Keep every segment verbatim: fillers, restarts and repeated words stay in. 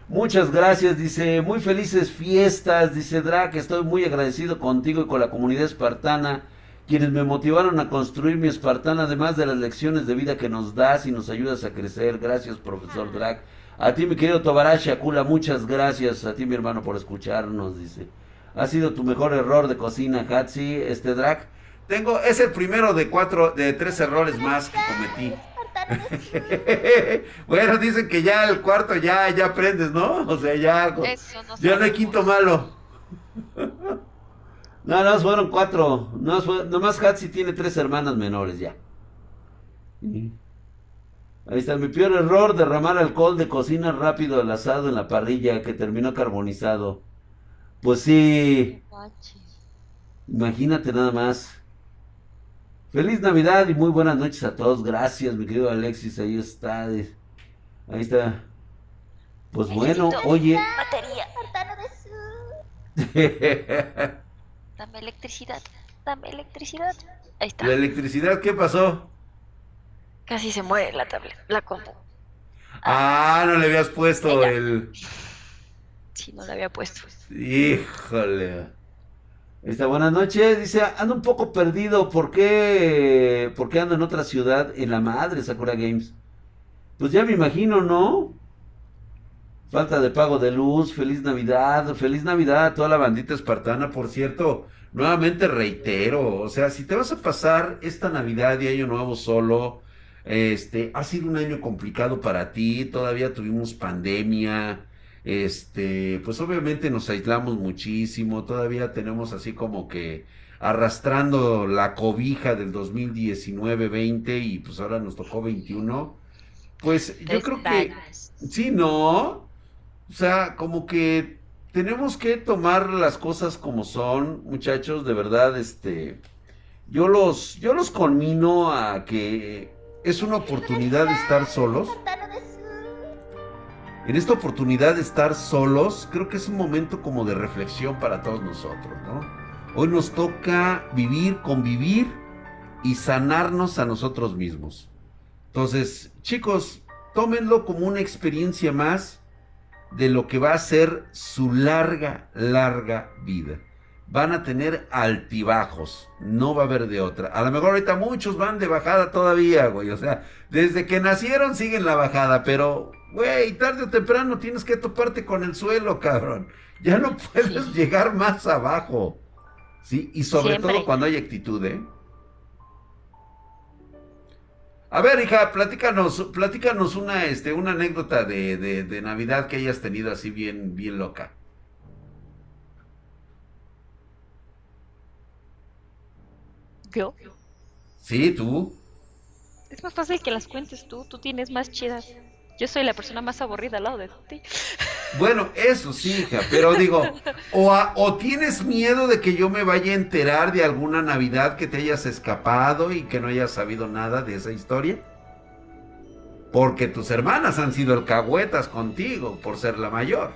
Muchas gracias, dice, muy felices fiestas, dice Drac, estoy muy agradecido contigo y con la comunidad espartana, quienes me motivaron a construir mi espartana, además de las lecciones de vida que nos das y nos ayudas a crecer. Gracias, profesor Ah, Drac. A ti, mi querido Tobarashi Akula, muchas gracias. A ti, mi hermano, por escucharnos, dice. Ha sido tu mejor error de cocina, Hatsi, este Drac. Tengo, es el primero de cuatro, de tres errores más que cometí. Espartano de Sur. Bueno, dicen que ya el cuarto ya, ya aprendes, ¿no? O sea, ya, Eso no ya no hay quinto sabemos. malo. No, no, fueron cuatro. No, fue, nomás Hatsi tiene tres hermanas menores ya. Sí. Ahí está, mi peor error, derramar alcohol de cocina rápido al asado en la parrilla que terminó carbonizado. Pues No sí, manches. imagínate nada más. Feliz Navidad y muy buenas noches a todos. Gracias, mi querido Alexis, ahí está. Ahí está. Pues bueno, Necesito oye. batería. Espartano de Sur. Dame electricidad. Dame electricidad. Ahí La está. electricidad, ¿qué pasó? Casi se muere la tablet, la compu. Ah, Ah, no le habías puesto ella. el... Sí, no la había puesto. Híjole. Esta buenas noches, dice, ando un poco perdido, ¿por qué? ¿Por qué ando en otra ciudad? En la madre, Sakura Games. Pues ya me imagino, ¿no? Falta de pago de luz, feliz Navidad, feliz Navidad a toda la bandita espartana, por cierto, nuevamente reitero, o sea, si te vas a pasar esta Navidad y Año Nuevo solo, este, ha sido un año complicado para ti, todavía tuvimos pandemia, este, pues obviamente nos aislamos muchísimo, todavía tenemos así como que arrastrando la cobija del dos mil diecinueve veinte y pues ahora nos tocó veintiuno, pues yo Tres creo que, años. sí, ¿no? O sea, como que tenemos que tomar las cosas como son, muchachos, de verdad, este, yo los, yo los conmino a que es una oportunidad de estar solos. Espartano de Sur. En esta oportunidad de estar solos, creo que es un momento como de reflexión para todos nosotros, ¿no? Hoy nos toca vivir, convivir y sanarnos a nosotros mismos. Entonces, chicos, tómenlo como una experiencia más de lo que va a ser su larga, larga vida. Van a tener altibajos, no va a haber de otra. A lo mejor ahorita muchos van de bajada todavía, güey. O sea, desde que nacieron siguen la bajada, pero, güey, tarde o temprano tienes que toparte con el suelo, cabrón. Ya no puedes Sí, llegar más abajo. Sí, y sobre todo siempre. cuando hay actitud, ¿eh? A ver, hija, platícanos, platícanos una, este, una anécdota de, de, de Navidad que hayas tenido así bien, bien loca. ¿Yo? Sí, tú. Es más fácil que las cuentes tú. Tú tienes más chidas. Yo soy la persona más aburrida al lado de ti. Bueno, eso sí, hija, pero digo, o, a- o tienes miedo de que yo me vaya a enterar de alguna Navidad que te hayas escapado y que no hayas sabido nada de esa historia. Porque tus hermanas han sido alcahuetas contigo por ser la mayor.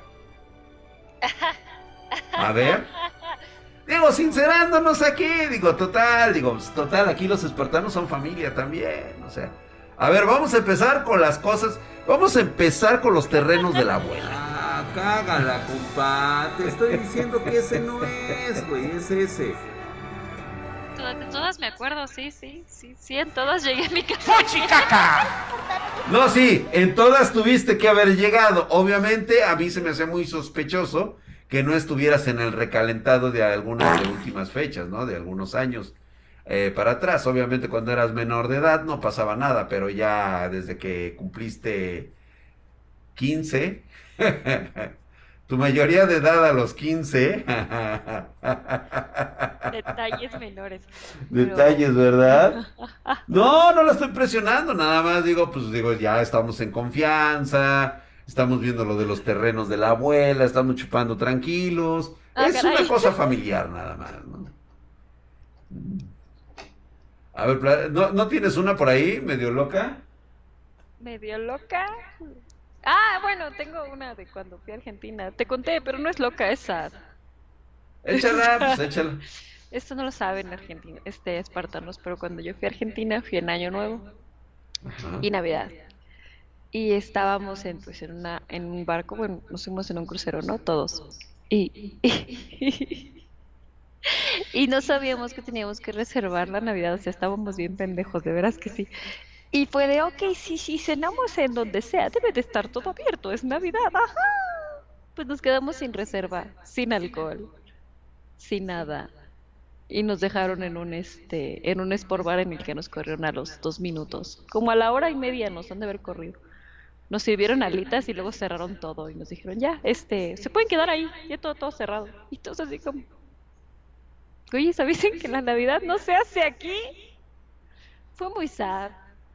A ver. Digo, sincerándonos aquí, digo, total, digo, pues, total, aquí los espartanos son familia también, o sea. A ver, vamos a empezar con las cosas, vamos a empezar con los terrenos de la abuela. Ah, cágala, compa, te estoy diciendo que ese no es, güey, es ese. Todas, de todas me acuerdo, sí, sí, sí, sí, en todas llegué a mi casa. ¡Fuchicaca! No, sí, en todas tuviste que haber llegado. Obviamente, a mí se me hace muy sospechoso que no estuvieras en el recalentado de algunas de últimas fechas, ¿no? De algunos años eh, para atrás. Obviamente, cuando eras menor de edad no pasaba nada, pero ya desde que cumpliste quince, tu mayoría de edad a los quince, Detalles menores. Pero detalles, ¿verdad? No, no la estoy presionando, nada más digo, pues digo, ya estamos en confianza, estamos viendo lo de los terrenos de la abuela, estamos chupando tranquilos. ah, Es una caray. cosa familiar nada más, ¿no? A ver, pla- ¿no, no tienes una por ahí medio loca? Medio loca. Ah, bueno, tengo una de cuando fui a Argentina. Te conté, pero no es loca, es sad. Es Échala, pues sad. échala. Esto no lo saben Argentina, este, espartanos, pero cuando yo fui a Argentina fui en Año Nuevo Ajá. y Navidad. y estábamos en, pues, en una, en un barco, bueno, nos fuimos en un crucero, ¿no? Todos. Y, y, y no sabíamos que teníamos que reservar la Navidad, o sea, estábamos bien pendejos, de veras que sí. Y fue de, ok, sí, sí, cenamos en donde sea, debe de estar todo abierto, es Navidad, ajá. Pues nos quedamos sin reserva, sin alcohol, sin nada. Y nos dejaron en un este, en un sport bar en el que nos corrieron a los dos minutos. Como a la hora y media nos han de haber corrido. Nos sirvieron alitas y luego cerraron todo y nos dijeron, ya, este, se pueden quedar ahí, ya todo, todo cerrado. Y todos así como, oye, ¿sabes que la Navidad no se hace aquí? Fue muy sad.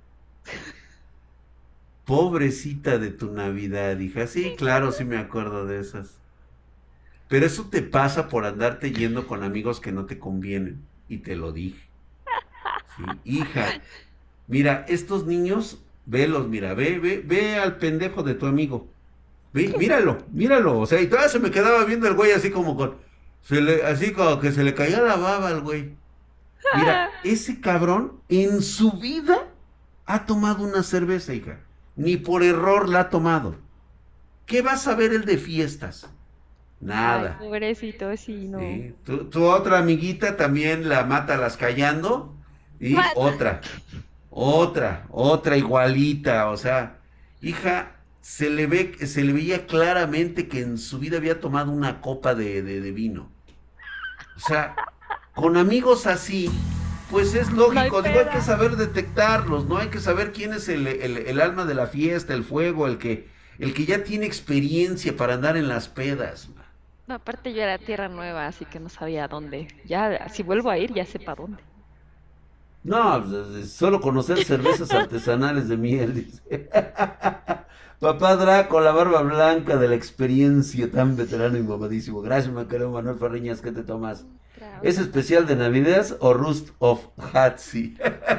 Pobrecita de tu Navidad, hija. Sí, claro, sí me acuerdo de esas. Pero eso te pasa por andarte yendo con amigos que no te convienen. Y te lo dije. Sí, hija. Mira, estos niños, velos, mira, ve, ve, ve al pendejo de tu amigo. Ve, míralo, míralo. O sea, y todavía se me quedaba viendo el güey así como con. Se le, así como que se le caía la baba al güey. Mira, ese cabrón en su vida ha tomado una cerveza, hija. Ni por error la ha tomado. ¿Qué va a saber el de fiestas? Ay, Nada. pobrecito, sí, no. ¿Sí? Tu, tu otra amiguita también la mata las callando. Y Mata. otra, otra, otra igualita. O sea, hija, se le ve, se le veía claramente que en su vida había tomado una copa de, de, de vino. O sea, con amigos así, pues es No hay lógico, digo, hay que peda. saber detectarlos, ¿no? Hay que saber quién es el, el, el alma de la fiesta, el fuego, el que, el que ya tiene experiencia para andar en las pedas. No, aparte yo era tierra nueva, así que no sabía dónde. Ya, si vuelvo a ir, ya sé para dónde. No, pues, solo conocer cervezas artesanales de miel, dice. Papá Draco, la barba blanca de la experiencia, tan veterano y mamadísimo. Gracias, me querido Manuel Farriñas, ¿qué te tomas? ¿Es Trauta. especial de Navidad o Rust of Hatsi?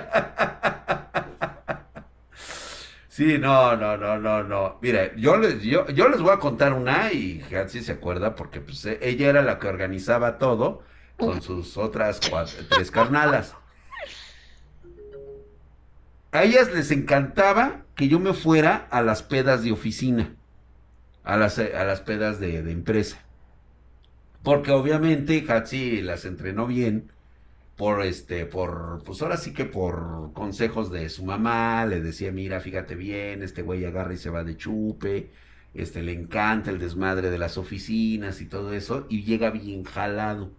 Sí, no, no, no, no, no. Mira, yo les, yo, yo les voy a contar una y Hatsi se acuerda porque pues, e- ella era la que organizaba todo con sus otras cuatro, tres carnalas. A ellas les encantaba que yo me fuera a las pedas de oficina, a las, a las pedas de, de empresa. Porque obviamente Hatsi las entrenó bien por este, por, pues ahora sí que por consejos de su mamá, le decía, mira, fíjate bien, este güey agarra y se va de chupe, este, le encanta el desmadre de las oficinas y todo eso, y llega bien jalado,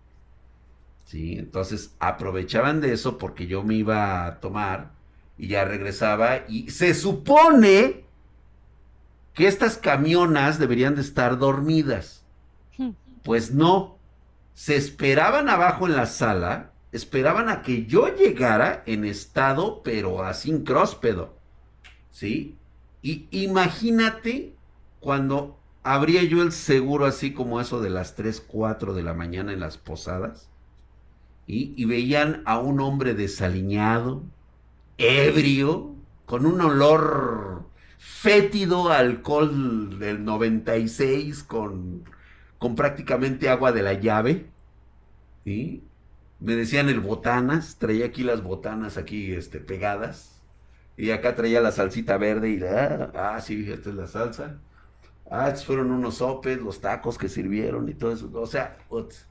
¿sí? Entonces aprovechaban de eso porque yo me iba a tomar y ya regresaba y se supone que estas camionas deberían de estar dormidas. Pues no, se esperaban abajo en la sala, esperaban a que yo llegara en estado, pero así incróspedo, ¿sí? Y imagínate cuando abría yo el seguro así como eso de las tres cuatro de la mañana en las posadas, ¿sí? Y veían a un hombre desaliñado, ebrio, con un olor fétido a alcohol del noventa y seis, con, con prácticamente agua de la llave, ¿sí? Me decían el botanas, traía aquí las botanas aquí este, pegadas, y acá traía la salsita verde y ah, ah, sí, esta es la salsa. Ah, estos fueron unos sopes, los tacos que sirvieron y todo eso. O sea, uts.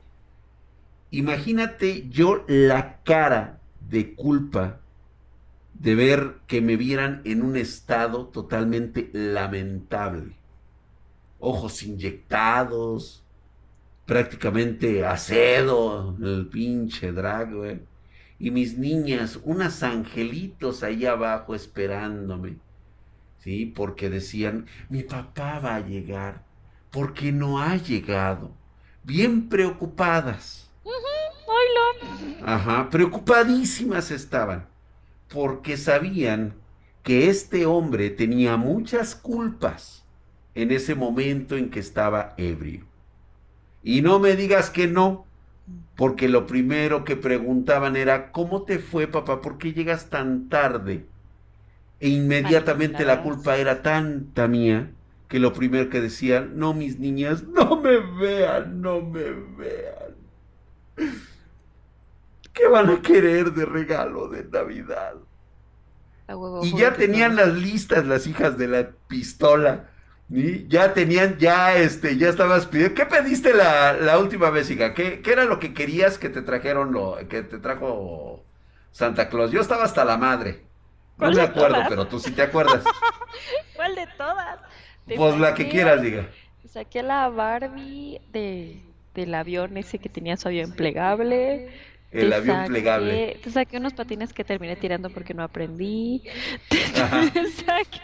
Imagínate yo la cara de culpa de ver que me vieran en un estado totalmente lamentable. Ojos inyectados, prácticamente acedo, el pinche drag, güey. Y mis niñas, unas angelitos ahí abajo esperándome, ¿sí? Porque decían, mi papá va a llegar, porque no ha llegado. Bien preocupadas. Oilo. Ajá, preocupadísimas estaban, porque sabían que este hombre tenía muchas culpas en ese momento en que estaba ebrio. Y no me digas que no, porque lo primero que preguntaban era, ¿cómo te fue, papá? ¿Por qué llegas tan tarde? E inmediatamente la culpa Malitas. era tanta mía que lo primero que decían, no, mis niñas, no me vean, no me vean. ¿Qué van a querer de regalo de Navidad? A huevo, Y ya juguetes tenían nuevos. las listas las hijas de la pistola. ¿Sí? Ya tenían, ya este, ya estabas pidiendo. ¿Qué pediste la, la última vez, hija? ¿Qué, ¿Qué era lo que querías que te trajeron lo, que te trajo Santa Claus? Yo estaba hasta la madre. No ¿Cuál me de acuerdo, todas? pero tú sí te acuerdas. ¿Cuál de todas? Te Pues la que saqué, quieras, diga. te saqué la Barbie de, del avión ese que tenía su avión plegable. El Te avión plegable. saqué, te saqué unos patines que terminé tirando porque no aprendí. Ajá. Te saqué.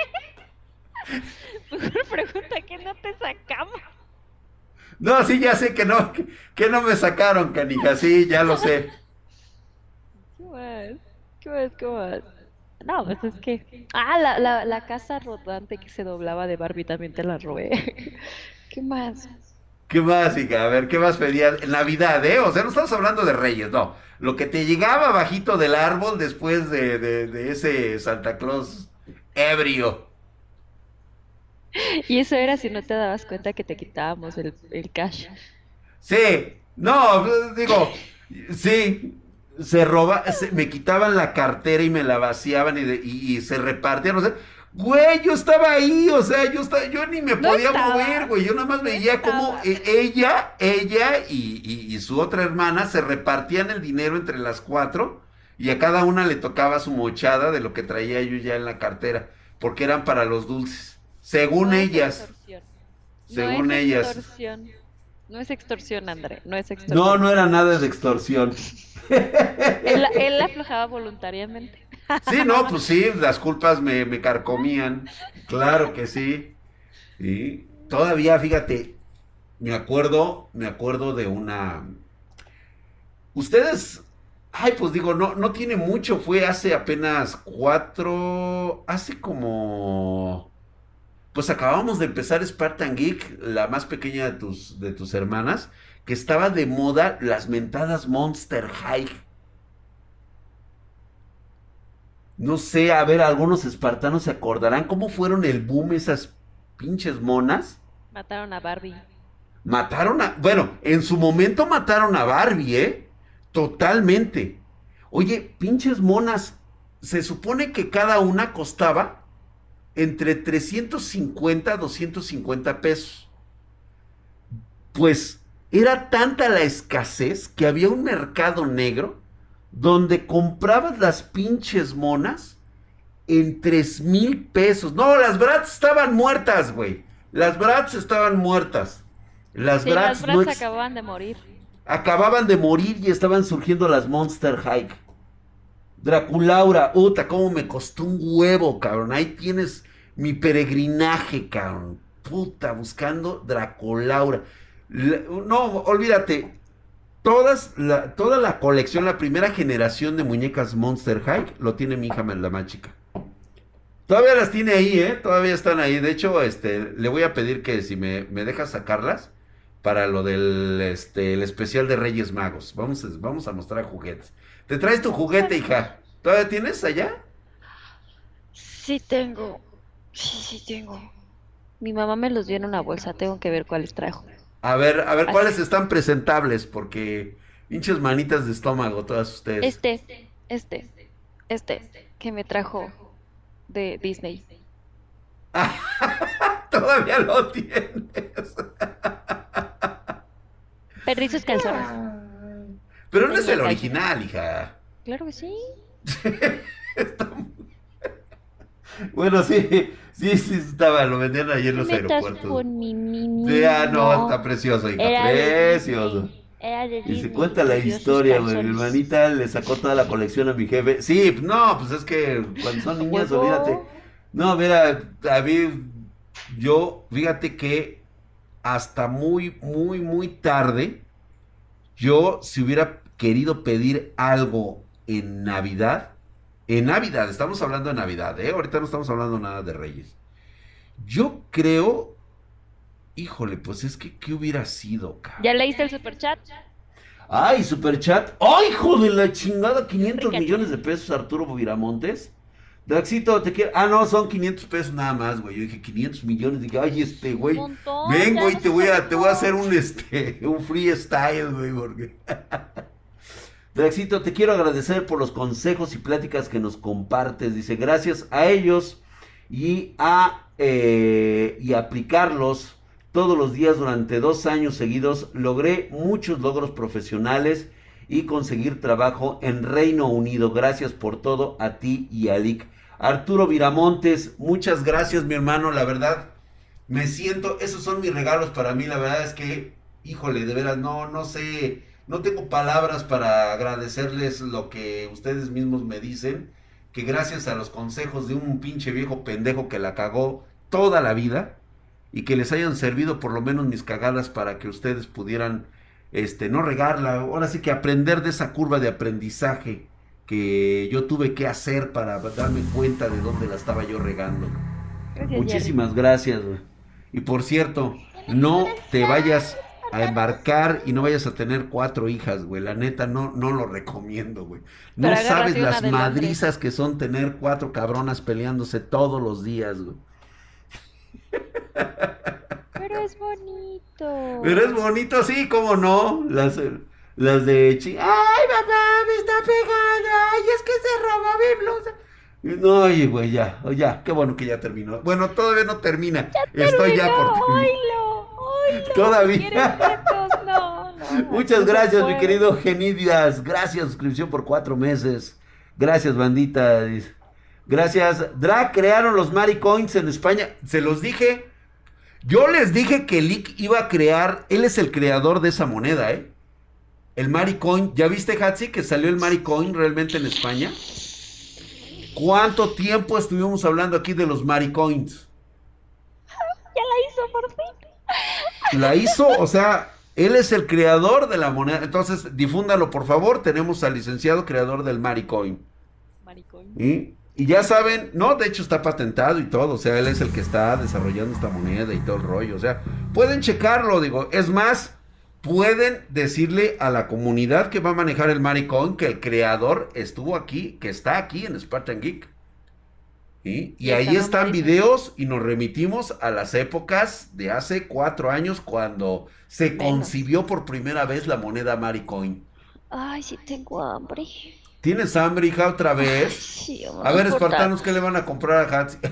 Mejor pregunta que no te sacamos. No, sí, ya sé que no, que, que no me sacaron, canija. Sí, ya lo sé. ¿Qué más? ¿Qué más? ¿Qué más? No, pues es que. Ah, la, la, la casa rodante que se doblaba de Barbie también te la robé. ¿Qué más? ¿Qué más, hija? A ver, ¿qué más pedías? En Navidad, ¿eh? O sea, no estamos hablando de Reyes, no. Lo que te llegaba bajito del árbol después de, de, de ese Santa Claus ebrio. Y eso era si no te dabas cuenta que te quitábamos el, el cash. Sí, no, digo, sí, se roba, se- me quitaban la cartera y me la vaciaban y, de- y- y se repartían, o sea, güey, yo estaba ahí, o sea, yo estaba, yo ni me No podía mover, estabas, güey, yo nada más no veía cómo estabas. eh, ella, ella y, y- y su otra hermana se repartían el dinero entre las cuatro y a cada una le tocaba su mochada de lo que traía yo ya en la cartera, porque eran para los dulces, según No es ellas, extorsión. No es según ellas. extorsión. No es extorsión, André. No es No, extorsión. no era nada de extorsión. Él, él aflojaba voluntariamente. Sí, no, pues sí, las culpas me, me carcomían. Claro que sí. Sí. Todavía, fíjate, me acuerdo, me acuerdo de una. Ustedes, ay, pues digo, no, no tiene mucho, fue hace apenas cuatro, hace como, pues acabamos de empezar Spartan Geek, la más pequeña de tus, de tus hermanas, que estaba de moda las mentadas Monster High. No sé, a ver, algunos espartanos se acordarán cómo fueron el boom esas pinches monas. Mataron a Barbie. Mataron a, bueno, en su momento mataron a Barbie, ¿eh? Totalmente. Oye, pinches monas, se supone que cada una costaba entre trescientos cincuenta a doscientos cincuenta pesos. Pues era tanta la escasez que había un mercado negro donde comprabas las pinches monas en tres mil pesos. No, las Bratz estaban muertas, güey. Las Bratz estaban muertas. Las Sí, las Bratz no Bratz ex- acababan de morir. acababan de morir y estaban surgiendo las Monster High. Draculaura, puta, cómo me costó un huevo, cabrón. Ahí tienes mi peregrinaje, cabrón. Puta, buscando Draculaura. La- no, olvídate. Todas la, toda la colección, la primera generación de muñecas Monster High, lo tiene mi hija la más chica. Todavía las tiene ahí, ¿eh? Todavía están ahí. De hecho, este, le voy a pedir que si me, me deja sacarlas para lo del este, el especial de Reyes Magos. Vamos, a- vamos a mostrar juguetes. ¿Te traes tu juguete, hija? ¿Todavía tienes allá? Sí tengo. Sí, sí tengo. Mi mamá me los dio en una bolsa. Tengo que ver cuáles trajo. A ver, a ver Así. cuáles están presentables, porque pinches manitas de estómago, todas ustedes. Este, este, este, que me trajo de Disney. Todavía lo tienes. Perdí sus calzones. Pero no es Tenía el callos. original, hija. Claro que sí. Bueno, sí, sí, sí estaba, lo vendían ahí en ¿Qué los metas aeropuertos. con mi mini? Sí, ah, no, está No, precioso, hija, era de precioso. Disney. Era de Y se Disney. cuenta la Perdió sus historia, güey. Mi calzones. hermanita le sacó toda la colección a mi jefe. Sí, pues, no, pues es que cuando son niñas, olvídate. Huevo. No, mira, a mí, yo, fíjate que hasta muy, muy, muy tarde, yo, si hubiera querido pedir algo en Navidad, en Navidad, estamos hablando de Navidad, ¿eh? Ahorita no estamos hablando nada de Reyes. Yo creo, híjole, pues es que, ¿qué hubiera sido, cabrón? ¿Ya leíste el superchat? Ay, superchat. ¡Ay, hijo de la chingada! quinientos Rica millones de pesos, Arturo Viramontes. Draxito, te quiero. Ah, no, son quinientos pesos nada más, güey. Yo dije quinientos millones. Dije, ay, este, Un güey. montón. Ven, Ya güey, no te seas voy a, te voy a hacer amigo. un, este, un freestyle, güey, porque. Draxito, te quiero agradecer por los consejos y pláticas que nos compartes. Dice, gracias a ellos y a eh, y aplicarlos todos los días durante dos años seguidos, logré muchos logros profesionales y conseguir trabajo en Reino Unido. Gracias por todo a ti y a Lick. Arturo Viramontes, muchas gracias, mi hermano. La verdad, me siento, esos son mis regalos para mí. La verdad es que, híjole, de veras, no, no sé, no tengo palabras para agradecerles lo que ustedes mismos me dicen. Que gracias a los consejos de un pinche viejo pendejo que la cagó toda la vida y que les hayan servido por lo menos mis cagadas para que ustedes pudieran, este, no regarla, ahora sí que aprender de esa curva de aprendizaje que yo tuve que hacer para darme cuenta de dónde la estaba yo regando. Gracias, Jerry. Muchísimas gracias, güey. Y por cierto, no te vayas a embarcar y no vayas a tener cuatro hijas, güey. La neta, no, no lo recomiendo, güey. No Pero sabes agárrate una las de Londres. madrizas que son tener cuatro cabronas peleándose todos los días, güey. Pero es bonito. Pero es bonito, sí, cómo no. Las, las de chi- ay, papá, me está pegando. Ay, es que se robó mi blusa. Y no, oye, güey, ya, oh, ya, qué bueno que ya terminó. Bueno, todavía no termina. Estoy ya por Terminó, terminar. oílo, oílo. Todavía. ¿Quieres nietos? No, no. Muchas no se gracias, mi puede. querido Genidias. Gracias, suscripción por cuatro meses. Gracias, bandita. Dice. Gracias. Drag crearon los Maricoins en España. Se los dije. Yo les dije que Lick iba a crear. Él es el creador de esa moneda, ¿eh? El Maricoin. ¿Ya viste, Hatsi, que salió el Maricoin realmente en España? ¿Cuánto tiempo estuvimos hablando aquí de los Maricoins? Ya la hizo por fin. La hizo, o sea, él es el creador de la moneda. Entonces, difúndalo, por favor. Tenemos al licenciado creador del Maricoin. Maricón. ¿Y? Y ya saben, no, de hecho está patentado y todo. O sea, él es el que está desarrollando esta moneda y todo el rollo. O sea, pueden checarlo, digo. Es más, pueden decirle a la comunidad que va a manejar el Maricoin que el creador estuvo aquí, que está aquí en Spartan Geek. ¿Sí? Y Y ahí está están nombradísimo. videos y nos remitimos a las épocas de hace cuatro años cuando se Menos. concibió por primera vez la moneda Maricoin. Ay, sí tengo hambre. ¿Tienes hambre, hija, otra vez? Sí, A ver, por espartanos, tacos. ¿qué le van a comprar a Hatsi?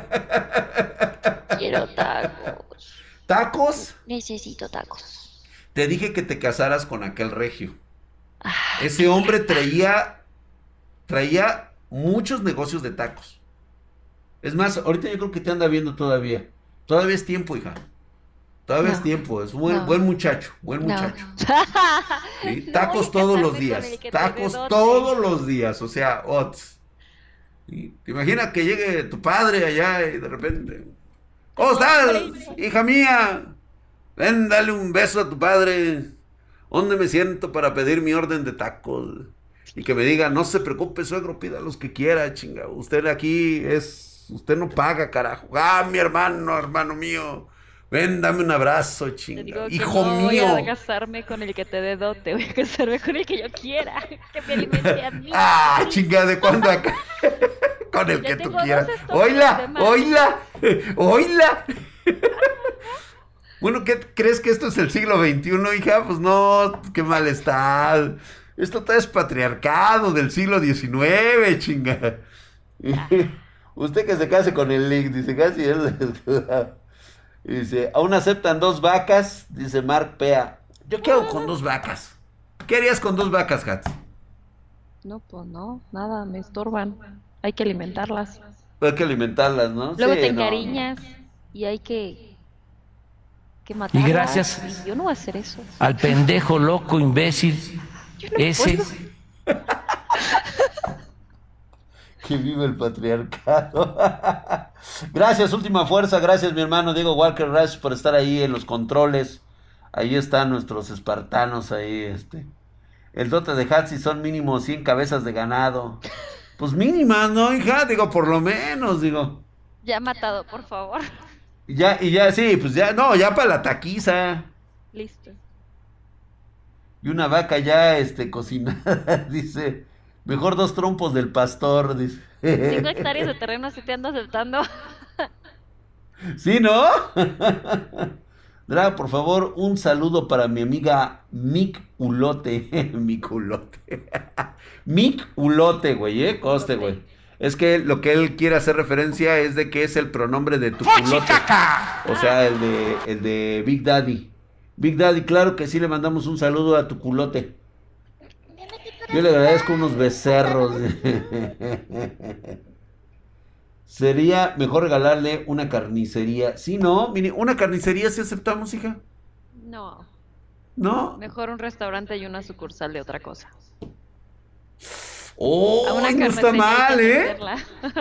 Quiero tacos. ¿Tacos? Necesito tacos. Te dije que te casaras con aquel regio. Ah, Ese hombre traía, traía muchos negocios de tacos. Es más, ahorita yo creo que te anda viendo todavía. Todavía es tiempo, hija. Todavía es No. tiempo. Es buen, No. buen muchacho, buen no. muchacho. ¿Sí? No Tacos voy a todos los casarme con días. el que te Tacos dé dote. todos los días. O sea, ots. ¿Sí? ¿Te imaginas que llegue tu padre allá y de repente... ¿Cómo estás, hija mía? Ven, dale un beso a tu padre. ¿Dónde me siento para pedir mi orden de tacos? Y que me diga, no se preocupe, suegro, pida los que quiera, chinga. Usted aquí es... Usted no paga, carajo. Ah, mi hermano, hermano mío. Ven, dame un abrazo, Te chinga. digo que Hijo no voy mío. a casarme con el que te dé dote, voy a casarme con el que yo quiera, que me alimente a mí. Ah, chinga, ¿de cuándo acá? Con el Ya que tú tengo dos quieras. estofas Oíla, de más. oíla, oíla. Bueno, ¿qué crees que esto es el siglo veintiuno, hija? Pues no, qué mal está. Esto todo es patriarcado del siglo diecinueve, chinga. Usted que se case con el Lick, dice, casi es. Dice, aún aceptan dos vacas, dice Mark Pea. ¿Yo qué hago con dos vacas? ¿Qué harías con dos vacas, Hats? No, pues no, nada, me estorban. Hay que alimentarlas. Hay que alimentarlas, ¿no? Luego Sí, te no, encariñas y hay que, que matarlas. Y gracias Y yo no voy a hacer eso. al pendejo loco imbécil Yo no ese. puedo. Que vive el patriarcado. Gracias, última fuerza. Gracias, mi hermano Diego Walker Rush, por estar ahí en los controles. Ahí están nuestros espartanos. Ahí, este. El dote de Hatsi son mínimo cien cabezas de ganado. Pues mínimas, ¿no, hija? Digo, por lo menos, digo. Ya matado, por favor. Y ya, y ya, sí, pues ya, no, ya para la taquiza. Listo. Y una vaca ya, este, cocinada, dice. Mejor dos trompos del pastor, dice. Cinco hectáreas de terreno si te ando aceptando. ¿Sí, no? Drag, por favor, un saludo para mi amiga Mick Ulote. Mick Ulote. Mick Ulote, güey, eh, coste, güey. Es que lo que él quiere hacer referencia es de que es el pronombre de tu culote. O sea, el de, el de Big Daddy. Big Daddy, claro que sí, le mandamos un saludo a tu culote. Yo le agradezco unos becerros. Sería mejor regalarle una carnicería. Sí, no, mire, una carnicería si aceptamos, hija. No, ¿No? mejor un restaurante y una sucursal de otra cosa. Oh, A una no está carnicería hay mal, que ¿eh? atenderla.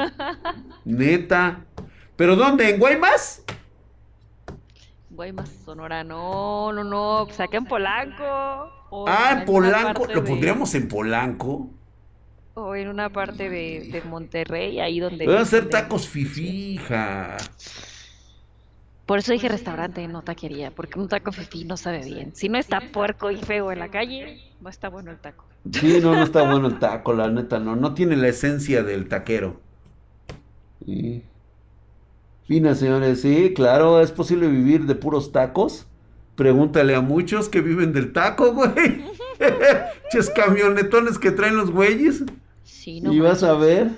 Neta. ¿Pero dónde? ¿En Guaymas? Guaymas, Sonora, no, no, no, pues acá en Polanco. O Ah, en en alguna Polanco. parte ¿Lo de, pondríamos en Polanco? o en una parte de, de Monterrey, ahí donde, Voy a hacer donde tacos anunció. fifí, hija. Por eso dije restaurante, no taquería, porque un taco fifí no sabe bien. Si no está puerco y feo en la calle, no está bueno el taco. Sí, no, no está bueno el taco, la neta, no. No tiene la esencia del taquero. Sí. Fina, señores, sí, claro, ¿es posible vivir de puros tacos? Pregúntale a muchos que viven del taco, güey. Ches camionetones que traen los güeyes. Sí, no Y vas a manches. ver.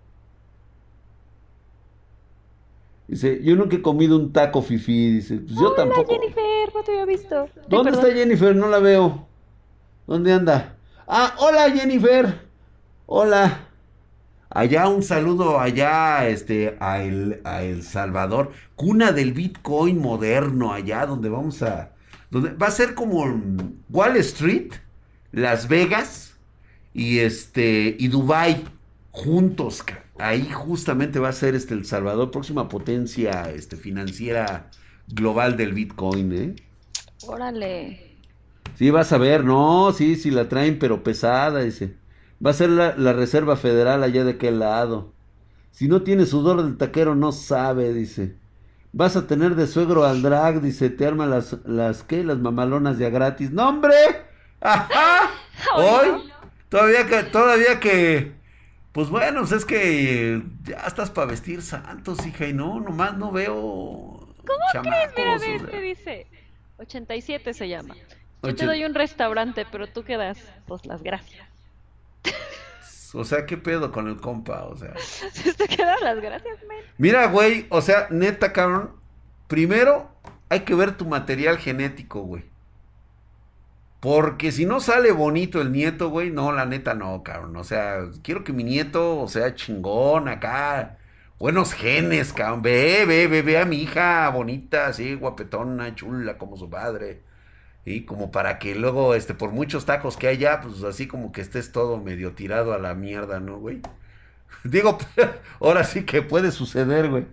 Dice, yo nunca he comido un taco fifí. Dice, pues yo Hola tampoco. Jennifer, no te había visto. Ay, ¿Dónde está perdón. Jennifer? No la veo. ¿Dónde anda? Ah, hola Jennifer. Hola. Allá un saludo allá este a El, a El Salvador, cuna del Bitcoin moderno, allá donde vamos a donde va a ser como mm, Wall Street, Las Vegas y este y Dubai juntos. ca- Ahí justamente va a ser este El Salvador, próxima potencia este financiera global del Bitcoin, ¿eh? Órale. Sí, vas a ver, no, sí, sí la traen, pero pesada, dice. Va a ser la, la Reserva Federal allá de aquel lado. Si no tiene sudor del taquero, no sabe, dice. Vas a tener de suegro al drag, dice, te arma las, las, ¿qué? Las mamalonas de a gratis. ¡No, hombre! ¡Ajá! Ay, Hoy, no. todavía que, todavía que, pues bueno, pues es que eh, ya estás para vestir santos, hija, y no, nomás no veo Mira, chamacos, o ve, te sea. dice. ochenta y siete se llama. Yo te Oye, doy un restaurante, pero tú quedas, pues las gracias. o sea, ¿qué pedo con el compa? O sea. Te quedan las gracias, men. Mira, güey, o sea, neta, cabrón. Primero hay que ver tu material genético, güey. Porque si no sale bonito el nieto, güey, no, la neta no, cabrón. O sea, quiero que mi nieto sea chingón acá. Buenos genes, cabrón. Ve, ve, ve, ve a mi hija bonita, así, guapetona, chula, como su padre. Y como para que luego, este, por muchos tacos que haya, pues así como que estés todo medio tirado a la mierda, ¿no, güey? Digo, ahora sí que puede suceder, güey.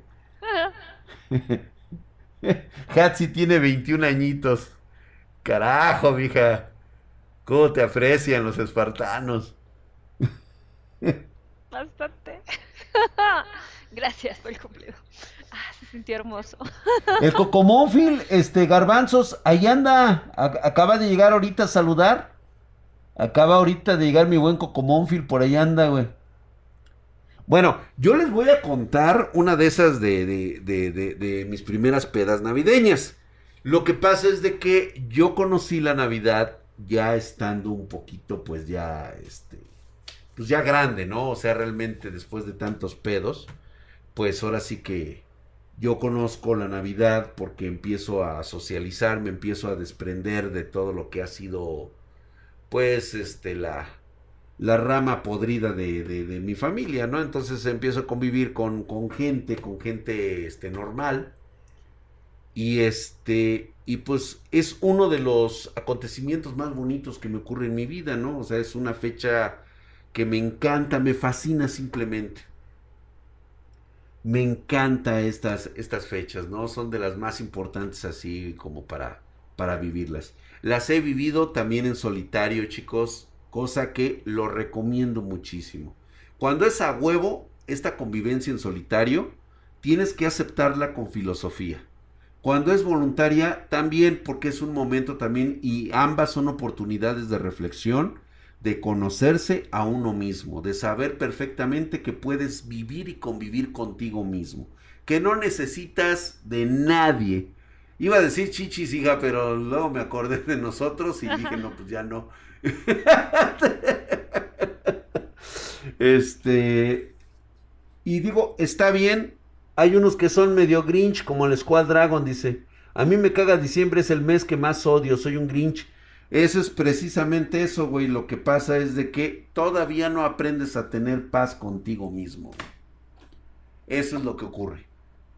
Hatsi tiene veintiún añitos. Carajo, mija. ¿Cómo te aprecian los espartanos? Bastante. Gracias por el cumplido. Ah, se sintió hermoso. El Cocomónfil, este, Garbanzos, ahí anda. A- acaba de llegar ahorita a saludar. Acaba ahorita de llegar mi buen Cocomónfil, por ahí anda, güey. Bueno, yo les voy a contar una de esas de, de, de, de, de mis primeras pedas navideñas. Lo que pasa es de que yo conocí la Navidad ya estando un poquito, pues ya, este, pues ya grande, ¿no? O sea, realmente después de tantos pedos, pues ahora sí que yo conozco la Navidad porque empiezo a socializar, me empiezo a desprender de todo lo que ha sido, pues, este, la, la rama podrida de, de, de mi familia, ¿no? Entonces empiezo a convivir con, con gente, con gente, este, normal. Y este, y pues es uno de los acontecimientos más bonitos que me ocurre en mi vida, ¿no? O sea, es una fecha que me encanta, me fascina simplemente. Me encanta estas, estas fechas, ¿no? Son de las más importantes así como para, para vivirlas. Las he vivido también en solitario, chicos, cosa que lo recomiendo muchísimo. Cuando es a huevo, esta convivencia en solitario, tienes que aceptarla con filosofía. Cuando es voluntaria, también porque es un momento también y ambas son oportunidades de reflexión, de conocerse a uno mismo, de saber perfectamente que puedes vivir y convivir contigo mismo, que no necesitas de nadie, Iba a decir chichis, hija, pero luego me acordé de nosotros y dije, no, pues ya no. Este, y digo, está bien. Hay unos que son medio Grinch, como el Squad Dragon, dice. A mí me caga diciembre, es el mes que más odio, soy un Grinch. Eso es precisamente eso, güey. Lo que pasa es de que todavía no aprendes a tener paz contigo mismo. Eso es lo que ocurre.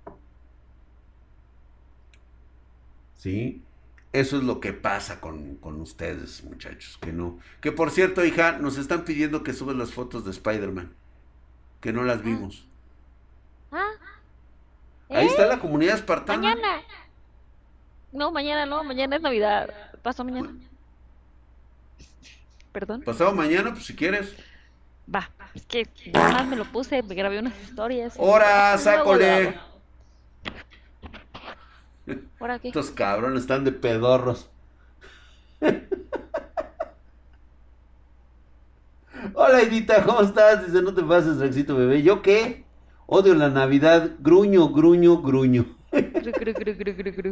¿Sí? Eso es lo que pasa con, con ustedes, muchachos. Que no. Que por cierto, hija, nos están pidiendo que subas las fotos de Spider-Man. Que no las Ah, vimos. ah, Ahí ¿eh? está la comunidad espartana. Mañana. No, mañana no, mañana es Navidad. Pasó mañana. Perdón. Pasado mañana, pues si quieres. Va, es que nada más me lo puse, me grabé unas historias y ¡Hora, ah, luego lo hago. sácole! ¿Ahora qué? Estos cabrones están de pedorros. Hola, Edita, ¿cómo estás? Dice, no te pases, Rexito bebé. ¿Yo qué? Odio la Navidad. Gruño, gruño, gruño. Gru, gru, gru, gru, gru, gru.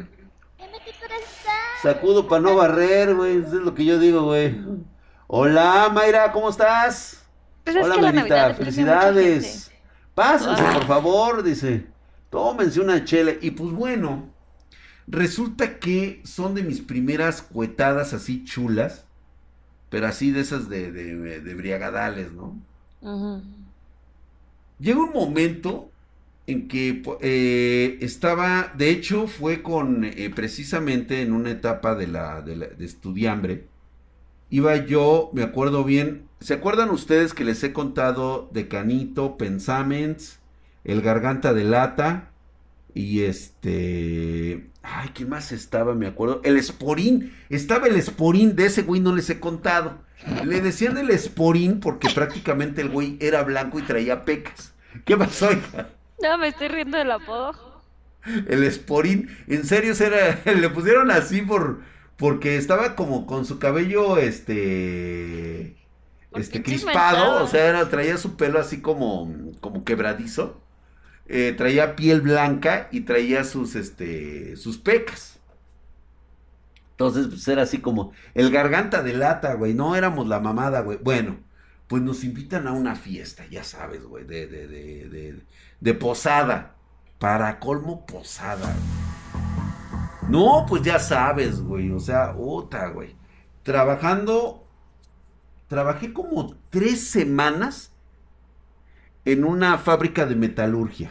Sacudo para no barrer, güey. Eso es lo que yo digo, güey. Hola, Mayra, ¿cómo estás? Pues es Hola, que la Navidad Mayrita, deprime a mucha gente. felicidades. Pásense, Ah, por favor, dice. Tómense una chela. Y pues bueno, resulta que son de mis primeras cuetadas así chulas. Pero así de esas de, de, de briagadales, ¿no? ujú. Llega un momento en que eh, estaba, de hecho fue con, eh, precisamente en una etapa de la, de la de estudiambre, iba yo, me acuerdo bien, ¿se acuerdan ustedes que les he contado de Canito, Pensaments, El Garganta de Lata y este, ay, ¿quién más estaba? Me acuerdo, el Esporín, estaba el Esporín, de ese güey no les he contado. Le decían el Esporín porque prácticamente el güey era blanco y traía pecas. ¿Qué pasó, hija? No, me estoy riendo del apodo. El Esporín, en serio, era, le pusieron así por, porque estaba como con su cabello, este, Porque este, crispado, o ensangrentado. sea, era, traía su pelo así como, como quebradizo, eh, traía piel blanca y traía sus, este, sus pecas. Entonces, pues era así como el garganta de lata, güey. No éramos la mamada, güey. Bueno, pues nos invitan a una fiesta, ya sabes, güey, de, de, de, de, de posada. Para colmo, posada. No, pues ya sabes, güey. O sea, otra, güey. Trabajando, trabajé como tres semanas en una fábrica de metalurgia.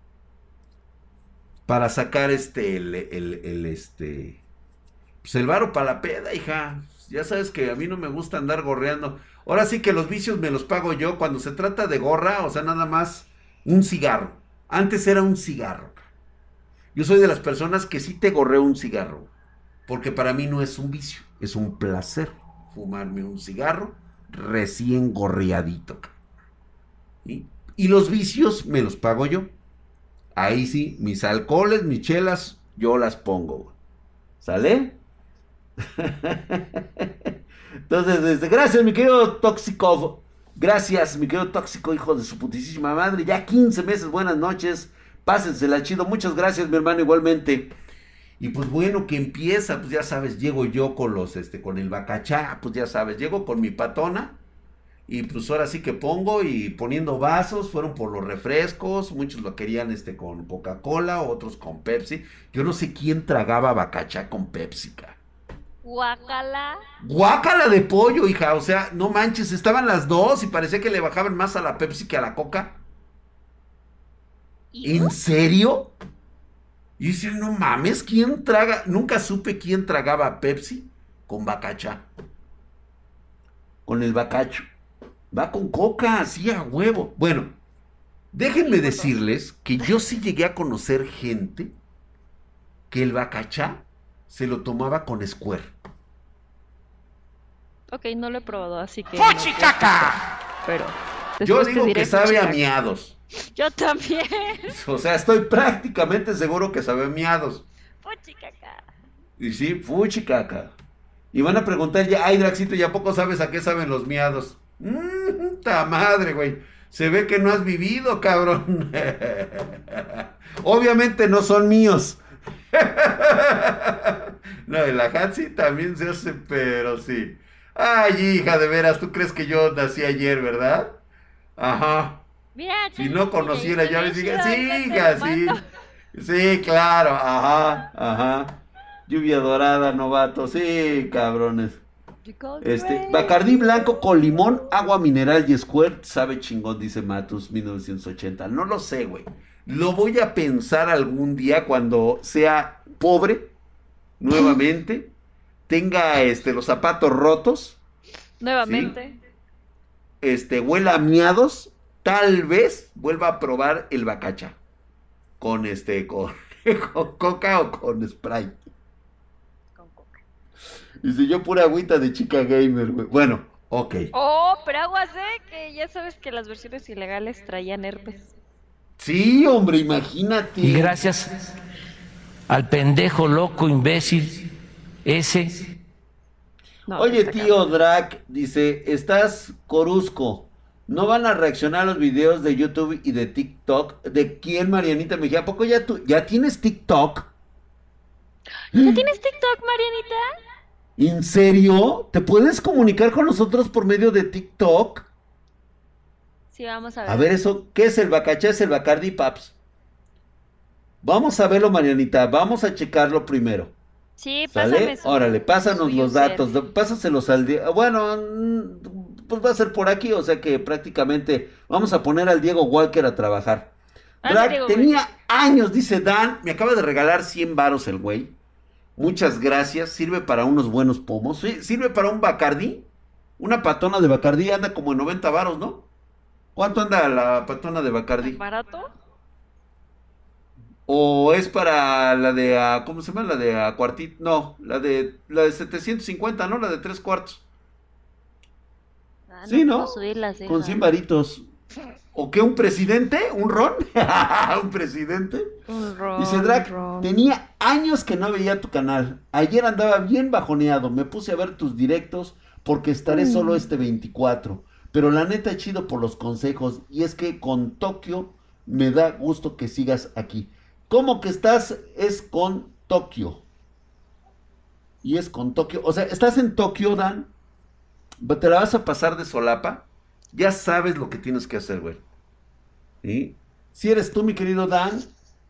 Para sacar este, el, el, el este, pues el varo para la peda, hija. Ya sabes que a mí no me gusta andar gorreando. Ahora sí que los vicios me los pago yo. Cuando se trata de gorra, o sea, nada más un cigarro. Antes era un cigarro. Yo soy de las personas que sí te gorreo un cigarro. Porque para mí no es un vicio, es un placer fumarme un cigarro recién gorreadito. ¿Sí? Y los vicios me los pago yo. Ahí sí, mis alcoholes, mis chelas, yo las pongo. ¿Sale? Entonces, este, gracias, mi querido Tóxico. Gracias, mi querido Tóxico, hijo de su putísima madre. Ya quince meses, buenas noches. Pásensela chido. Muchas gracias, mi hermano, igualmente. Y pues bueno, que empieza, pues ya sabes, llego yo con los, este, con el bacachá, pues ya sabes, llego con mi patona. Y pues ahora sí que pongo y poniendo vasos, fueron por los refrescos, muchos lo querían este con Coca-Cola, otros con Pepsi. Yo no sé quién tragaba bacachá con Pepsi, cara. Guacala. Guácala de pollo, hija, o sea, no manches, estaban las dos y parecía que le bajaban más a la Pepsi que a la Coca. ¿Iu? ¿En serio? Y dice, no mames, ¿quién traga? Nunca supe quién tragaba Pepsi con bacachá. Con el bacacho. Va con coca, así a huevo. Bueno, déjenme Sí, por favor. decirles que yo sí llegué a conocer gente que el bacachá se lo tomaba con Square. Ok, no lo he probado, así que no puedo juzgar. Pero Yo después te digo que diré sabe a fuchicaca. miados. Yo también. O sea, estoy prácticamente seguro que sabe a miados. Fuchicaca. Y sí, fuchicaca. Y van a preguntar ya, ay, Draxito, ¿y a poco sabes a qué saben los miados? Mmm, ta madre, güey. Se ve que no has vivido, cabrón. Obviamente no son míos. No, el ajatsi también se hace, pero sí. Ay, hija, de veras, ¿tú crees que yo nací ayer, verdad? Ajá. Mira, Si Carlos, no te conociera leíste ya bien les chido, diga, sí, ahorita te lo hija, mando. sí. Sí, claro, ajá, ajá. Lluvia dorada, novato, sí, cabrones. Because Este, Bacardí crazy. blanco con limón, agua mineral y squirt, sabe chingón, dice Matus mil novecientos ochenta. No lo sé, güey. Lo voy a pensar algún día cuando sea pobre, nuevamente, tenga este, los zapatos rotos, ¿sí? Nuevamente. Este, huela a miados, tal vez vuelva a probar el bacacha con este, con, con coca o con Sprite. Con coca. Dice yo pura agüita de chica gamer, güey. Bueno, ok. Oh, pero aguas, ¿eh? Que ya sabes que las versiones ilegales traían herpes. Sí, hombre, Y imagínate. gracias al pendejo loco imbécil ese, No, sí Oye, está cabrón. tío Drac, dice, estás corusco. ¿No van a reaccionar a los videos de YouTube y de TikTok? ¿De quién, Marianita Mejía? ¿A poco ya tú, ya tienes TikTok? ¿Ya tienes TikTok, Marianita? ¿En serio? ¿Te puedes comunicar con nosotros por medio de TikTok? Sí, vamos a A ver. ver, eso, ¿qué es el Bacachá? Es el Bacardi Paps. Vamos a verlo, Marianita. Vamos a checarlo primero. Sí, pásame ¿Sale? Órale, su, su pásanos los user. datos, do- pásaselos al día. Bueno, mm, pues va a ser por aquí, o sea que prácticamente vamos a poner al Diego Walker a trabajar. Anda, Drag, Diego Walker. tenía años, dice Dan, me acaba de regalar cien varos el güey. Muchas gracias, sirve para unos buenos pomos. Sí, sirve para un Bacardí. Una patona de Bacardí anda como en noventa varos, ¿no? ¿Cuánto anda la patona de ¿Tan Bacardí? barato? ¿O es para la de, a, ¿cómo se llama? La de a cuartito, no, la de, la de setecientos cincuenta, ¿no? La de tres cuartos. Ah, no Sí, puedo ¿no? subir la Con cien ceja. varitos. ¿O qué? ¿Un presidente? ¿Un ron? ¿Un presidente? Un Dice ron, un Drac, ron. tenía años que no veía tu canal. Ayer andaba bien bajoneado. Me puse a ver tus directos porque estaré solo Mm. este veinticuatro. Pero la neta chido por los consejos. Y es que con Tokio me da gusto que sigas aquí. ¿Cómo que estás? Es con Tokio. Y es con Tokio. O sea, ¿estás en Tokio, Dan? ¿Te la vas a pasar de solapa? Ya sabes lo que tienes que hacer, güey. ¿Sí? Si eres tú, mi querido Dan.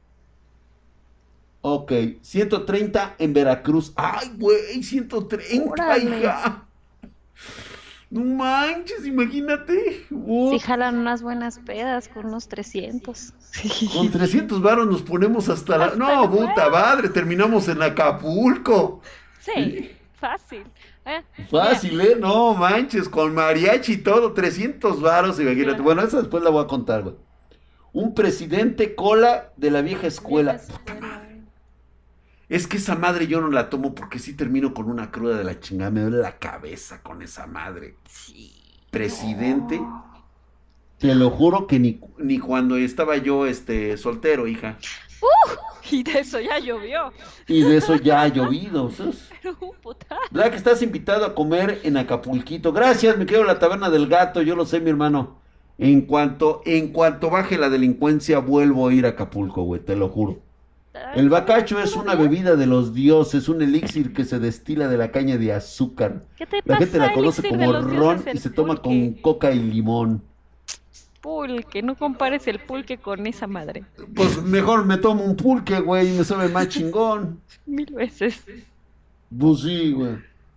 Ok, ciento treinta en Veracruz. ¡Ay, güey! ciento treinta, Órale. hija. No manches, imagínate. Sí Uf, jalan unas buenas pedas con unos trescientos. con trescientos varos nos ponemos hasta la... Hasta el No, puta huevo. madre, terminamos en Acapulco. Sí, ¿Sí? fácil. Eh, mira, Fácil, ¿eh? No manches, con mariachi y todo, trescientos varos, imagínate. claro. Bueno, esa después la voy a contar, güey. Un presidente cola de la vieja Vieja escuela. Puta escuela. madre. Es que esa madre yo no la tomo porque sí termino con una cruda de la chingada. Me duele la cabeza con esa madre. Sí, Presidente, no. te lo juro que ni, ni cuando estaba yo este, soltero, hija. ¡Uh! Y de eso ya llovió. Y de eso ya ha llovido. ¿Sabes? Pero un putal. Black, estás invitado a comer en Acapulquito. Gracias, me quedo en la taberna del gato. Yo lo sé, mi hermano. En cuanto, en cuanto baje la delincuencia, vuelvo a ir a Acapulco, güey, te lo juro. Ay, El todo, bacacho es todo una bien. bebida de los dioses, un elixir que se destila de la caña de azúcar. ¿Qué te La gente la pasa, conoce elixir de como los dioses, ron y el se toma con pulque? coca y limón. Pulque, no compares el pulque con esa madre. Pues mejor me tomo un pulque, güey, y me sabe más chingón. Mil veces. Pues sí, güey.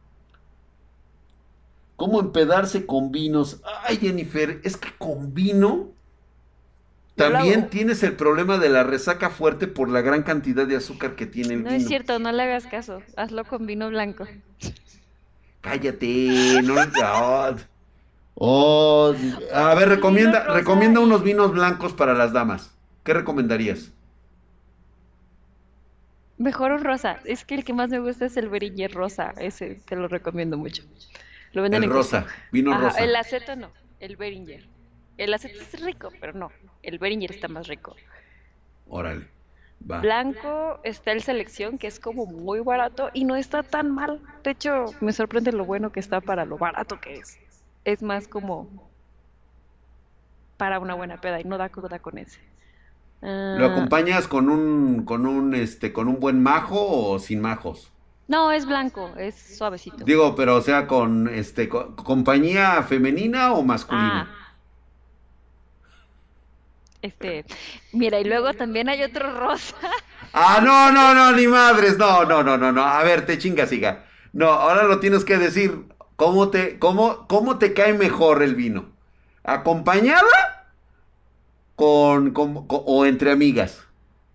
¿Cómo empedarse con vinos? Ay, Jennifer, es que con vino Yo lo también hago. tienes el problema de la resaca fuerte por la gran cantidad de azúcar que tiene el No es vino. cierto, no le hagas caso. Hazlo con vino blanco. Cállate, no. Oh, oh, a ver, Vino recomienda, rosa recomienda unos y vinos blancos para las damas. ¿Qué recomendarías? mejor un rosa. Es que el que más me gusta es el Beringer rosa. Ese te lo recomiendo mucho. Lo venden El en Costco. rosa, vino Ajá, rosa. el aceto no, el Beringer. El aceto es rico, pero no. El Beringer está más rico. Órale, va. Blanco está el Selección, que es como muy barato y no está tan mal. De hecho, me sorprende lo bueno que está para lo barato que es. Es más como para una buena peda y no da cruda con ese. ¿Lo Ah, acompañas con un, con un, este, con un buen majo o sin majos? no, es blanco, es suavecito. Digo, pero o sea, con, este, co- compañía femenina o masculina. Ah, este, mira, y luego también hay otro rosa. Ah, no, no, no, ni madres, no, no, no, no, no. A ver, te chingas, hija. No, ahora lo tienes que decir. ¿Cómo te, cómo, cómo te cae mejor el vino? ¿Acompañada con, con- con- o entre amigas?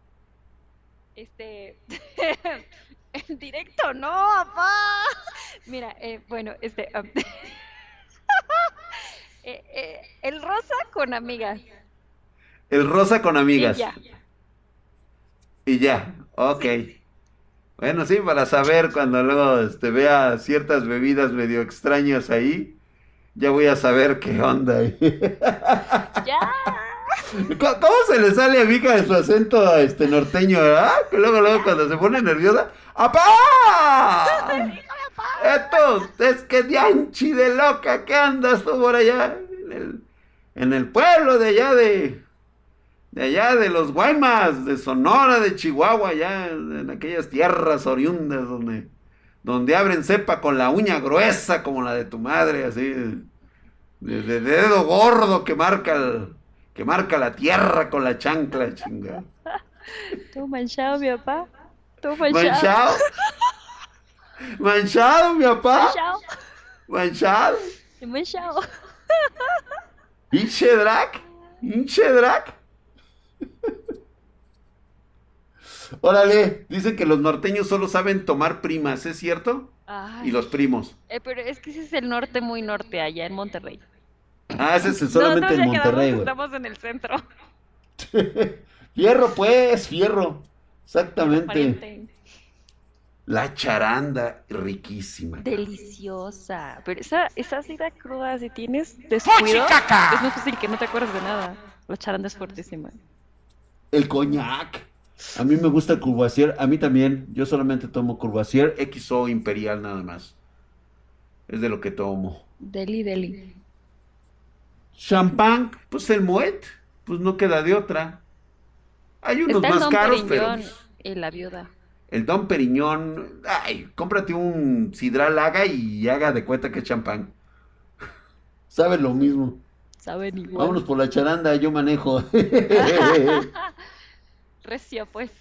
Este, en directo, no, papá. Mira, eh, bueno, este, am, eh, eh, el rosa con amigas El rosa con y amigas. ya. Y ya, ok. Sí, Bueno, sí, para saber cuando luego este, vea ciertas bebidas medio extrañas ahí, ya voy a saber qué onda. ya. ¿Cómo, cómo se le sale a Vika de su acento este norteño, verdad? Que luego, luego cuando se pone nerviosa. ¡Apá! Esto es que dianchi de loca que andas tú por allá en el, en el pueblo de allá de, de allá de los Guaymas, de Sonora, de Chihuahua, allá en aquellas tierras oriundas donde, donde abren cepa con la uña gruesa como la de tu madre, así, de, de dedo gordo que marca el- que marca la tierra con la chancla, chinga. Todo manchado, mi papá. Todo manchado. Manchado, manchado, mi papá, Manchado. manchado. Manchado. Hinche drag, hinche drag. Órale, dicen que los norteños solo saben tomar primas, ¿es cierto? Y Ay, los primos. eh, pero es que ese es el norte muy norte, allá en Monterrey. Ah, ese es solamente Nosotros en ya quedamos, Monterrey, güey. estamos en el centro. Fierro, pues, fierro. Tierra Exactamente. pariente. La charanda, riquísima. Deliciosa. Pero esa, esa sida cruda, si tienes descuido, es muy fácil que no te acuerdes de nada. La charanda es fuertísima. El coñac. A mí me gusta el Courvoisier. A mí también. Yo solamente tomo Courvoisier X O Imperial nada más. Es de lo que tomo. Deli, deli. Champán, pues el Moet. Pues no queda de otra. Hay unos Está el más Don caros, pero Periñón pues, y la viuda. el Don Periñón. Ay, cómprate un Sidral Haga y haga de cuenta que es champán. Sabe lo mismo. Saben Vámonos igual. por la charanda, yo manejo. Recio, pues.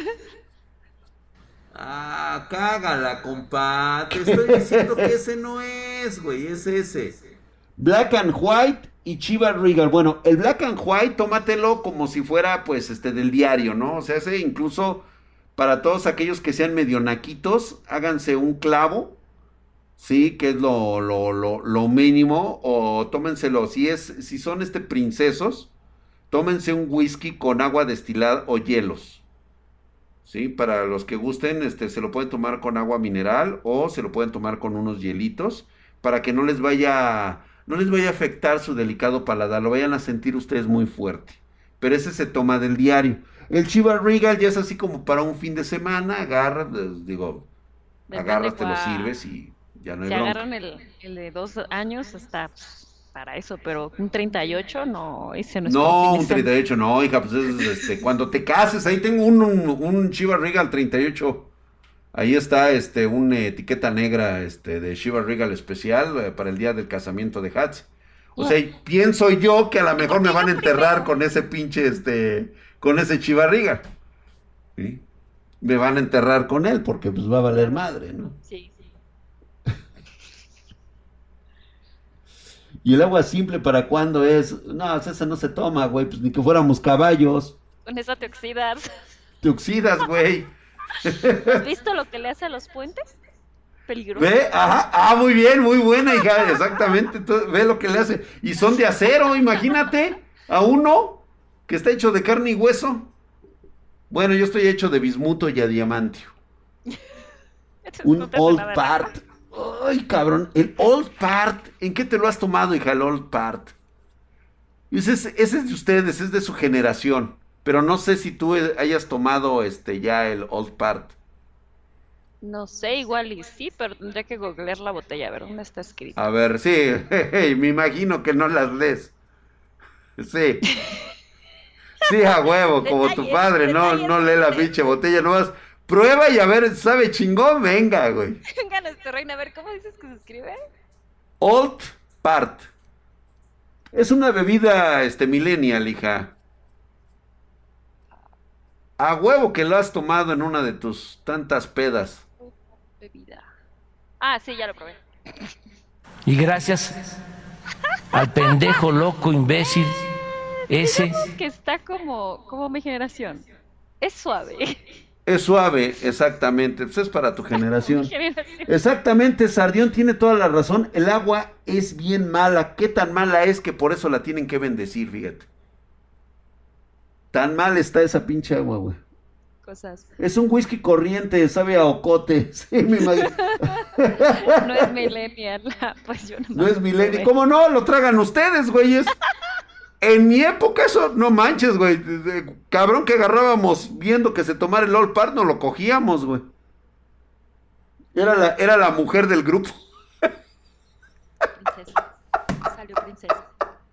Ah, cágala, compa. Te estoy diciendo que ese no es, güey, es ese. Black and White y Chivas Regal. Bueno, el Black and White, tómatelo como si fuera, pues, este, del diario, ¿no? O sea, ese incluso para todos aquellos que sean medio naquitos, háganse un clavo, ¿sí? Que es lo, lo, lo, lo mínimo. O tómenselo, si es, si son, este, princesos, tómense un whisky con agua destilada o hielos. Sí, para los que gusten, este, se lo pueden tomar con agua mineral o se lo pueden tomar con unos hielitos para que no les vaya, no les vaya a afectar su delicado paladar, lo vayan a sentir ustedes muy fuerte. Pero ese se toma del diario. El Chivas Regal ya es así como para un fin de semana, agarras, les digo, Depende agarras, te lo cuál. sirves y ya no hay Si bronca. agarran el, el de dos años, está pues, para eso, pero un treinta y ocho no, ese no es para un fin No, de un semana. treinta y ocho, no, hija, pues es, este, cuando te cases, ahí tengo un, un, un Chivas Regal treinta y ocho. Ahí está este una etiqueta negra este de Chivas Regal especial eh, para el día del casamiento de Hats. O sea, y pienso yo que a lo ¿Y por mejor me qué van yo a enterrar primero? con ese pinche este con ese Chivas Regal, ¿sí? Me van a enterrar con él porque pues va a valer Claro. madre, ¿no? Sí. Y el agua simple para cuando es, no, esa no se toma, güey, pues ni que fuéramos caballos. Con esa te oxidas. Te oxidas, güey. ¿No has visto lo que le hace a los puentes? Peligroso. Ve, ajá, ah, muy bien, muy buena, hija, exactamente, tú- ve lo que le hace. Y son de acero, imagínate, a uno que está hecho de carne y hueso. Bueno, yo estoy hecho de bismuto y a diamantio. Entonces no Un te hace Old nada el agua. Part. Ay, cabrón, el Old Part. ¿En qué te lo has tomado, hija, el Old Part? Ese es, ese es de ustedes, es de su generación. Pero no sé si tú eh, hayas tomado este ya el Old Part. No sé, igual y sí, pero tendría que googlear la botella, a ver dónde está A escrito. ver, sí, me imagino que no las lees. Sí. Sí, a huevo, como tu Detalles, padre, no, detalles, no lee la detalles. pinche botella, nomás prueba y a ver, ¿sabe chingón? Venga, güey. Venga, nuestra reina, a ver, ¿cómo dices que se escribe? Old Part. Es una bebida, este, millennial, hija. A huevo que la has tomado en una de tus tantas pedas. Bebida. Ah, sí, ya lo probé. Y gracias al pendejo loco imbécil ese. Digamos que está como, como mi generación. Es suave. Es suave, exactamente. Pues es para tu Mi generación. generación. Exactamente, Sardión tiene toda la razón. El agua es bien mala. ¿Qué tan mala es que por eso la tienen que bendecir, fíjate? Tan mal está esa pinche agua, güey. Cosas. Es un whisky corriente, sabe a ocote. Sí, me imagino. No es millennial. Pues yo No es milenio. probé. ¿Cómo no? Lo tragan ustedes, güeyes. En mi época eso, no manches, güey. De- de- Cabrón que agarrábamos viendo que se tomara el Old Part, no lo cogíamos, güey. Era la, era la mujer del grupo. Princesa. Salió princesa.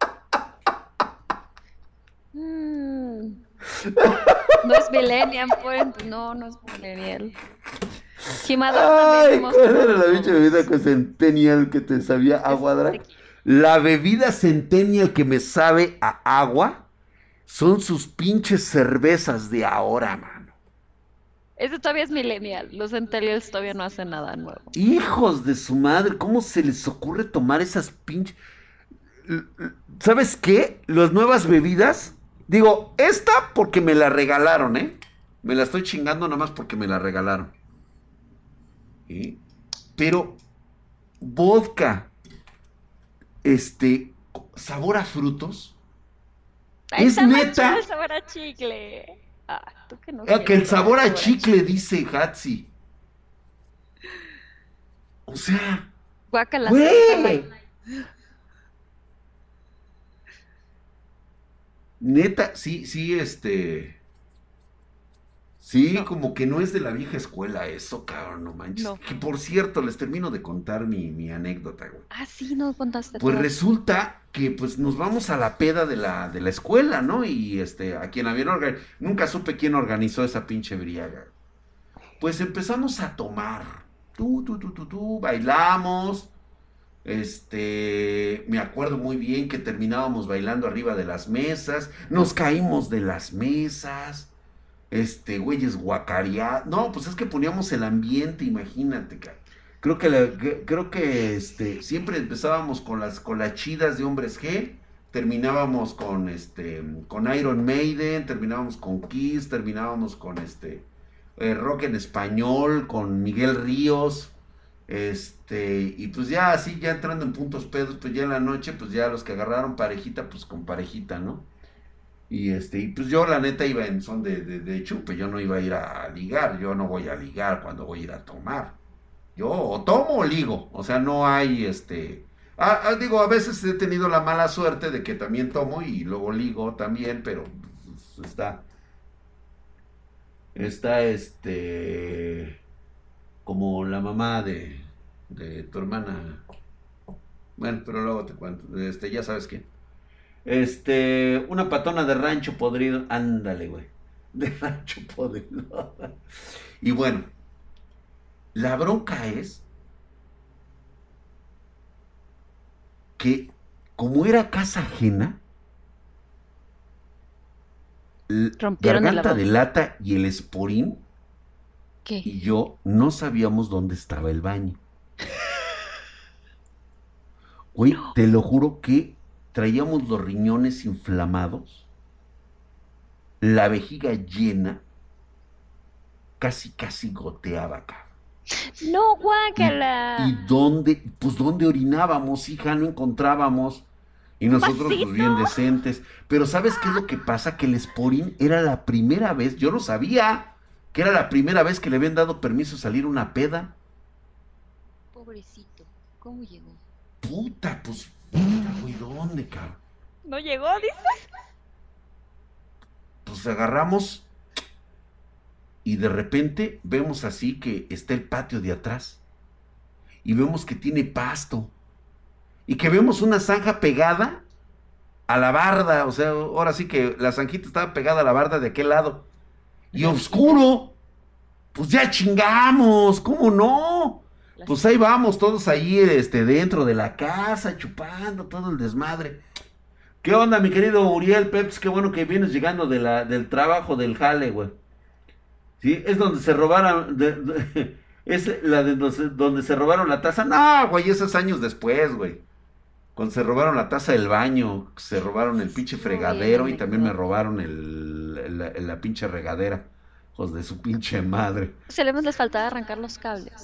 Mm. No es millennial, pues. No, no es millennial. Gimador Ay, también hemos ¿cuál era tomado la pinche todos. bebida con Centennial que te sabía agua, Drac? tequila. La bebida Centennial que me sabe a agua son sus pinches cervezas de ahora, mano. Ese todavía es millennial. Los centennials todavía no hacen nada nuevo. Hijos de su madre, ¿cómo se les ocurre tomar esas pinches... L- l- ¿Sabes qué? Las nuevas bebidas... Digo, esta porque me la regalaron, ¿eh? Me la estoy chingando nada más porque me la regalaron. ¿Sí? Pero vodka, este, sabor a frutos, Ahí es está más neta. chido el sabor a chicle. Ah, tú que no Ah, que quieres el sabor a probar chicle, dice Hatsi. O sea, Guácala, güey. Neta, sí, sí, este. Sí, No. como que no es de la vieja escuela eso, cabrón, no manches. No. Que por cierto, les termino de contar mi, mi anécdota, güey. Ah, sí, no contaste Pues todo. resulta que pues nos vamos a la peda de la, de la escuela, ¿no? Y este, a quien habían organizado, nunca supe quién organizó esa pinche briaga. Pues empezamos a tomar. Tú, tú, tú, tú, tú, bailamos. Este, me acuerdo muy bien que terminábamos bailando arriba de las mesas, nos caímos de las mesas, este, güeyes guacareados. No, pues es que poníamos el ambiente, imagínate, cara. Creo que, la- que- creo que este, siempre empezábamos con las, con las chidas de Hombres G, terminábamos con, este, con Iron Maiden, terminábamos con Kiss, terminábamos con este, eh, rock en español, con Miguel Ríos. Este, y pues ya así, ya entrando en puntos pedos, pues ya en la noche, pues ya los que agarraron parejita, pues con parejita, ¿no? Y este, y pues yo la neta iba en son de, de, de chupe, yo no iba a ir a ligar, yo no voy a ligar cuando voy a ir a tomar. Yo o tomo o ligo, o sea, no hay este. Ah, ah, digo, a veces he tenido la mala suerte de que también tomo y luego ligo también, pero pues, está, está este, como la mamá de, de tu hermana. Bueno, pero luego te cuento, este, ya sabes quién. Este, una patona de rancho podrido, ándale, güey, de rancho podrido. Y bueno, la bronca es que como era casa ajena, l- Rompieron el Garganta lavabo. de Lata y el Esporín ¿Qué? y yo no sabíamos dónde estaba el baño. Güey, te lo juro que traíamos los riñones inflamados, la vejiga llena, casi casi goteaba, cabrón. No, ¿Y, guácala. y dónde? Pues dónde orinábamos, hija, no encontrábamos. Y ¿Un nosotros, pues bien vasito? decentes. Pero ¿sabes qué es lo que pasa? Que el Esporín era la primera vez, yo no sabía que era la primera vez que le habían dado permiso a salir a una peda. Pobrecito. ¿Cómo llegó? Puta, pues, puta, güey, ¿dónde, cabrón? ¿No llegó, dices? Pues agarramos y de repente vemos así que está el patio de atrás. Y vemos que tiene pasto. Y que vemos una zanja pegada a la barda, o sea, ahora sí que la zanjita estaba pegada a la barda de aquel lado. Y oscuro, pues ya chingamos, ¿cómo no? Pues ahí vamos todos ahí, este, dentro de la casa, chupando todo el desmadre. ¿Qué onda, mi querido Uriel Peps? Qué bueno que vienes llegando de la, del trabajo del jale, güey. Sí, es donde se robaron, de- de- es la de donde, se donde se robaron la taza. No, güey, esos años después, güey. Cuando se robaron la taza del baño, se robaron el pinche Muy bien, fregadero y también me anécdota. robaron el, la, la pinche regadera. Hijos de su pinche madre. Se les faltaba arrancar los cables.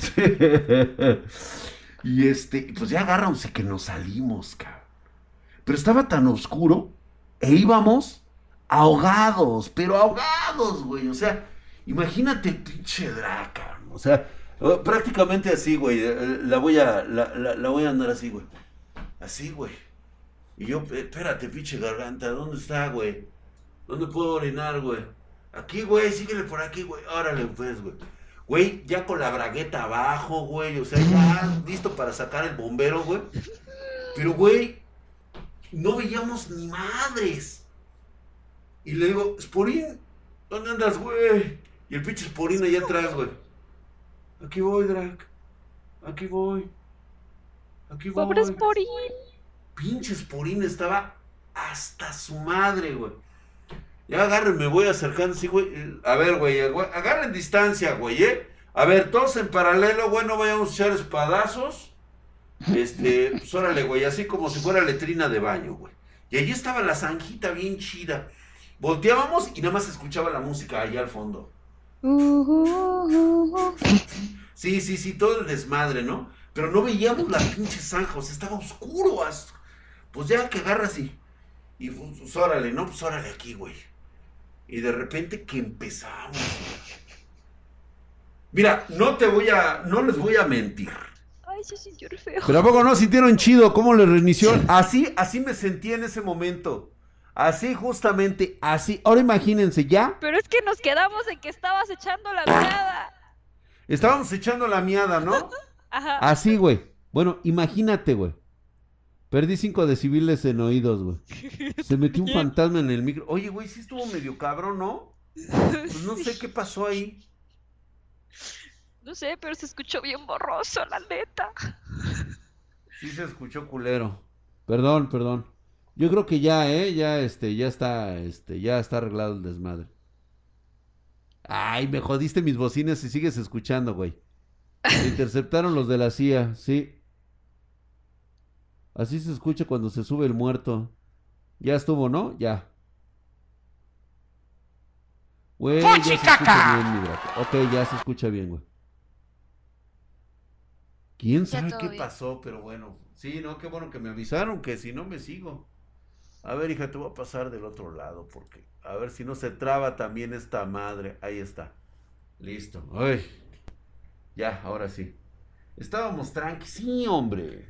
Y este, pues ya agárrense que nos salimos, cabrón. Pero estaba tan oscuro e íbamos ahogados, pero ahogados, güey. O sea, imagínate el pinche Draca, ¿no? O sea, eh, prácticamente así, güey. eh, La voy a, la, la, la voy a andar así, güey. Así, güey. Y yo, eh, espérate, pinche garganta, ¿dónde está, güey? ¿Dónde puedo orinar, güey? Aquí, güey, síguele por aquí, güey. Órale, pues, güey. Güey, ya con la bragueta abajo, güey. O sea, ya listo para sacar el bombero, güey. Pero, güey, no veíamos ni madres. Y le digo, Sporín, ¿dónde andas, güey? Y el pinche Sporín allá atrás, güey. Aquí voy, Drac. Aquí voy. Aquí Pobre voy. Sporín. Pinche Sporín estaba hasta su madre, güey. Ya agarren, me voy acercando así, güey. A ver, güey, agu- agarren distancia, güey, ¿eh? A ver, todos en paralelo, güey, no vayamos a echar espadazos. Este, pues órale, güey, así como si fuera letrina de baño, güey. Y allí estaba la zanjita bien chida. Volteábamos y nada más se escuchaba la música allá al fondo. Uh, uh, uh, uh. Sí, sí, sí, todo el desmadre, ¿no? Pero no veíamos la pinche zanja, o sea, estaba oscuro. as- Pues ya que agarras y, y pues órale, ¿no? Pues órale aquí, güey. Y de repente que empezamos. Mira, no te voy a, no les voy a mentir. Ay, se sintió re feo. Pero ¿a poco no sintieron chido? ¿Cómo le reinició? Así, así me sentí en ese momento. Así, justamente, así. Ahora imagínense, ya. Pero es que nos quedamos en que estabas echando la mirada. Estábamos echando la miada, ¿no? Ajá. Así, güey. Bueno, imagínate, güey. Perdí cinco decibeles en oídos, güey. Se metió un fantasma en el micro. Oye, güey, sí estuvo medio cabrón, ¿no? Pues no sé qué pasó ahí. No sé, pero se escuchó bien borroso, la neta. Sí se escuchó culero. Perdón, perdón. Yo creo que ya, eh, ya, este, ya está, este, ya está arreglado el desmadre. Ay, me jodiste mis bocinas y sigues escuchando, güey. Me interceptaron los de la C I A, sí. Así se escucha cuando se sube el muerto. Ya estuvo, ¿no? Ya. Güey, ya se escucha bien, mi Draco. Ok, ya se escucha bien, güey. ¿Quién Ya sabe todo qué bien. pasó? Pero bueno. Sí, no, qué bueno que me avisaron, que si no me sigo. A ver, hija, te voy a pasar del otro lado, porque a ver si no se traba también esta madre. Ahí está. Listo. Ay, ya, ahora sí. Estábamos tranquilos. Sí, hombre.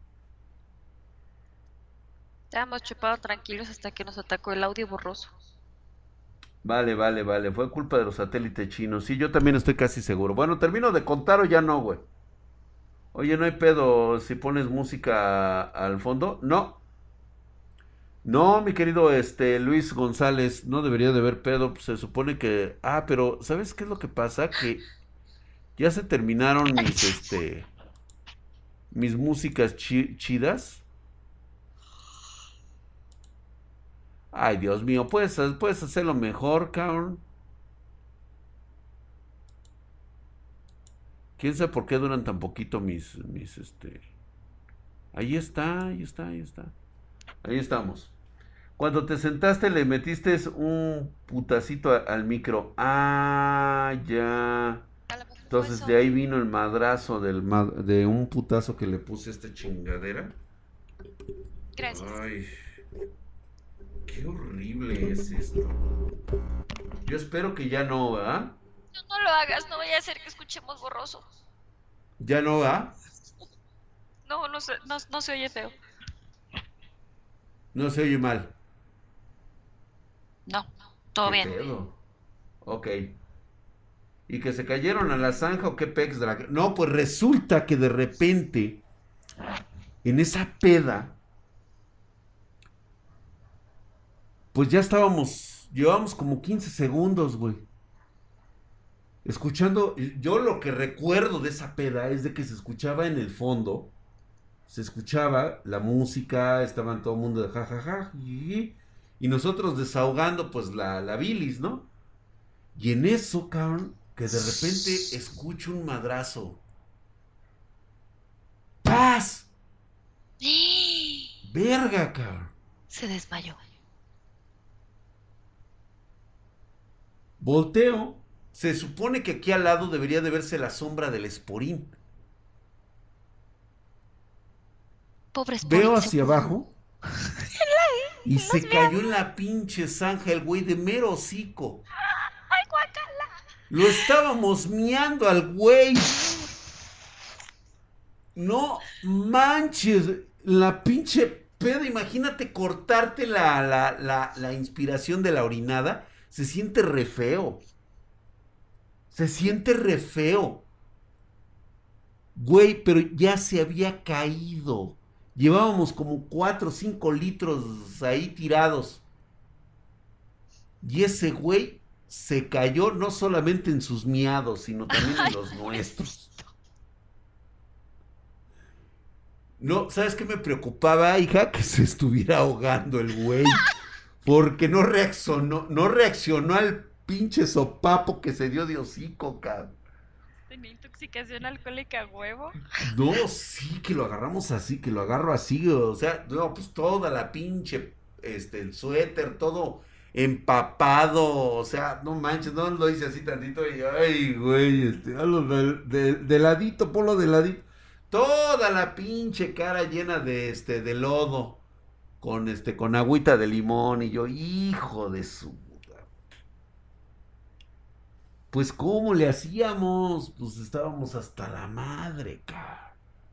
Estábamos chupados tranquilos hasta que nos atacó el audio borroso. Vale, vale, vale. Fue culpa de los satélites chinos. Sí, yo también estoy casi seguro. Bueno, ¿termino de contar o ya no, güey? Oye, ¿no hay pedo si pones música al fondo? No. No, mi querido este Luis González, no debería de haber pedo. Pues se supone que. Ah, pero ¿sabes qué es lo que pasa? Que ya se terminaron mis este mis músicas chi- chidas. Ay, Dios mío, puedes, ha- puedes hacerlo mejor, cabrón. ¿Quién sabe por qué duran tan poquito mis, mis, este... Ahí está, ahí está, ahí está. Ahí estamos. Cuando te sentaste le metiste un putacito a- al micro. Ah, ya. A lo mejor fue Entonces eso. de ahí vino el madrazo del ma- de un putazo que le puse a esta chingadera. Gracias. Ay, qué horrible es esto. Yo espero que ya no, ¿verdad? No, no lo hagas, no vaya a ser que escuchemos borroso. Ya no, ¿verdad? No, no se, no, no se oye feo. No se oye mal. No, todo ¿Qué bien. pedo? Ok. ¿Y que se cayeron a la zanja o qué pex drag? No, pues resulta que de repente, en esa peda, pues ya estábamos, llevábamos como quince segundos, güey. Escuchando, yo lo que recuerdo de esa peda es de que se escuchaba en el fondo, se escuchaba la música, estaban todo el mundo de jajaja, y, y nosotros desahogando pues la, la bilis, ¿no? Y en eso, cabrón, que de repente escucho un madrazo. ¡Paz! ¡Verga, cabrón! Se desmayó. Volteo. Se supone que aquí al lado debería de verse la sombra del Esporín. Pobre Esporín. Veo hacia abajo. Y se cayó en la pinche zanja el güey de mero hocico. ¡Ay, guacala! Lo estábamos miando al güey. No manches. La pinche peda. Imagínate cortarte la, la, la, la inspiración de la orinada. Se siente re feo. Se siente re feo. Güey, pero ya se había caído. Llevábamos como cuatro o cinco litros ahí tirados. Y ese güey se cayó no solamente en sus miados, sino también en los nuestros. No, ¿sabes qué me preocupaba, hija? Que se estuviera ahogando el güey. Porque no reaccionó, no reaccionó al pinche sopapo que se dio de hocico, cabrón. ¿Tenía intoxicación alcohólica huevo? No, sí, que lo agarramos así, que lo agarro así, o sea, no, pues toda la pinche, este, el suéter, todo empapado, o sea, no manches, no lo hice así tantito y, ay, güey, este, hazlo de, de, de ladito, ponlo de ladito, toda la pinche cara llena de, este, de lodo, con, este, con agüita de limón, y yo, hijo de su... Pues, ¿cómo le hacíamos? Pues estábamos hasta la madre, cabrón.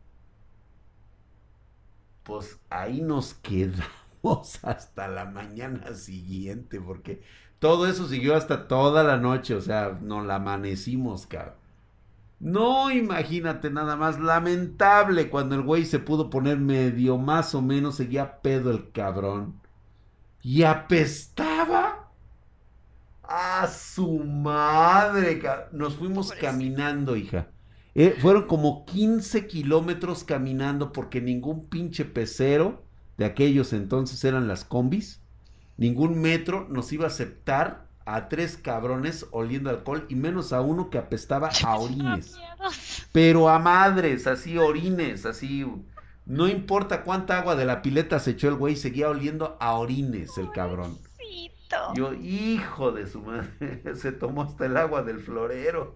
Pues ahí nos quedamos hasta la mañana siguiente, porque todo eso siguió hasta toda la noche, o sea, nos la amanecimos, cabrón. No, imagínate nada más, lamentable cuando el güey se pudo poner medio más o menos, seguía pedo el cabrón. Y apestaba. ¡A su madre! Nos fuimos Pobrecito. caminando, hija. Eh, fueron como quince kilómetros caminando porque ningún pinche pecero de aquellos entonces eran las combis. Ningún metro nos iba a aceptar a tres cabrones oliendo alcohol y menos a uno que apestaba a orines. Pero a madres, así orines, así. No importa cuánta agua de la pileta se echó el güey, seguía oliendo a orines el cabrón. Yo, hijo de su madre, se tomó hasta el agua del florero.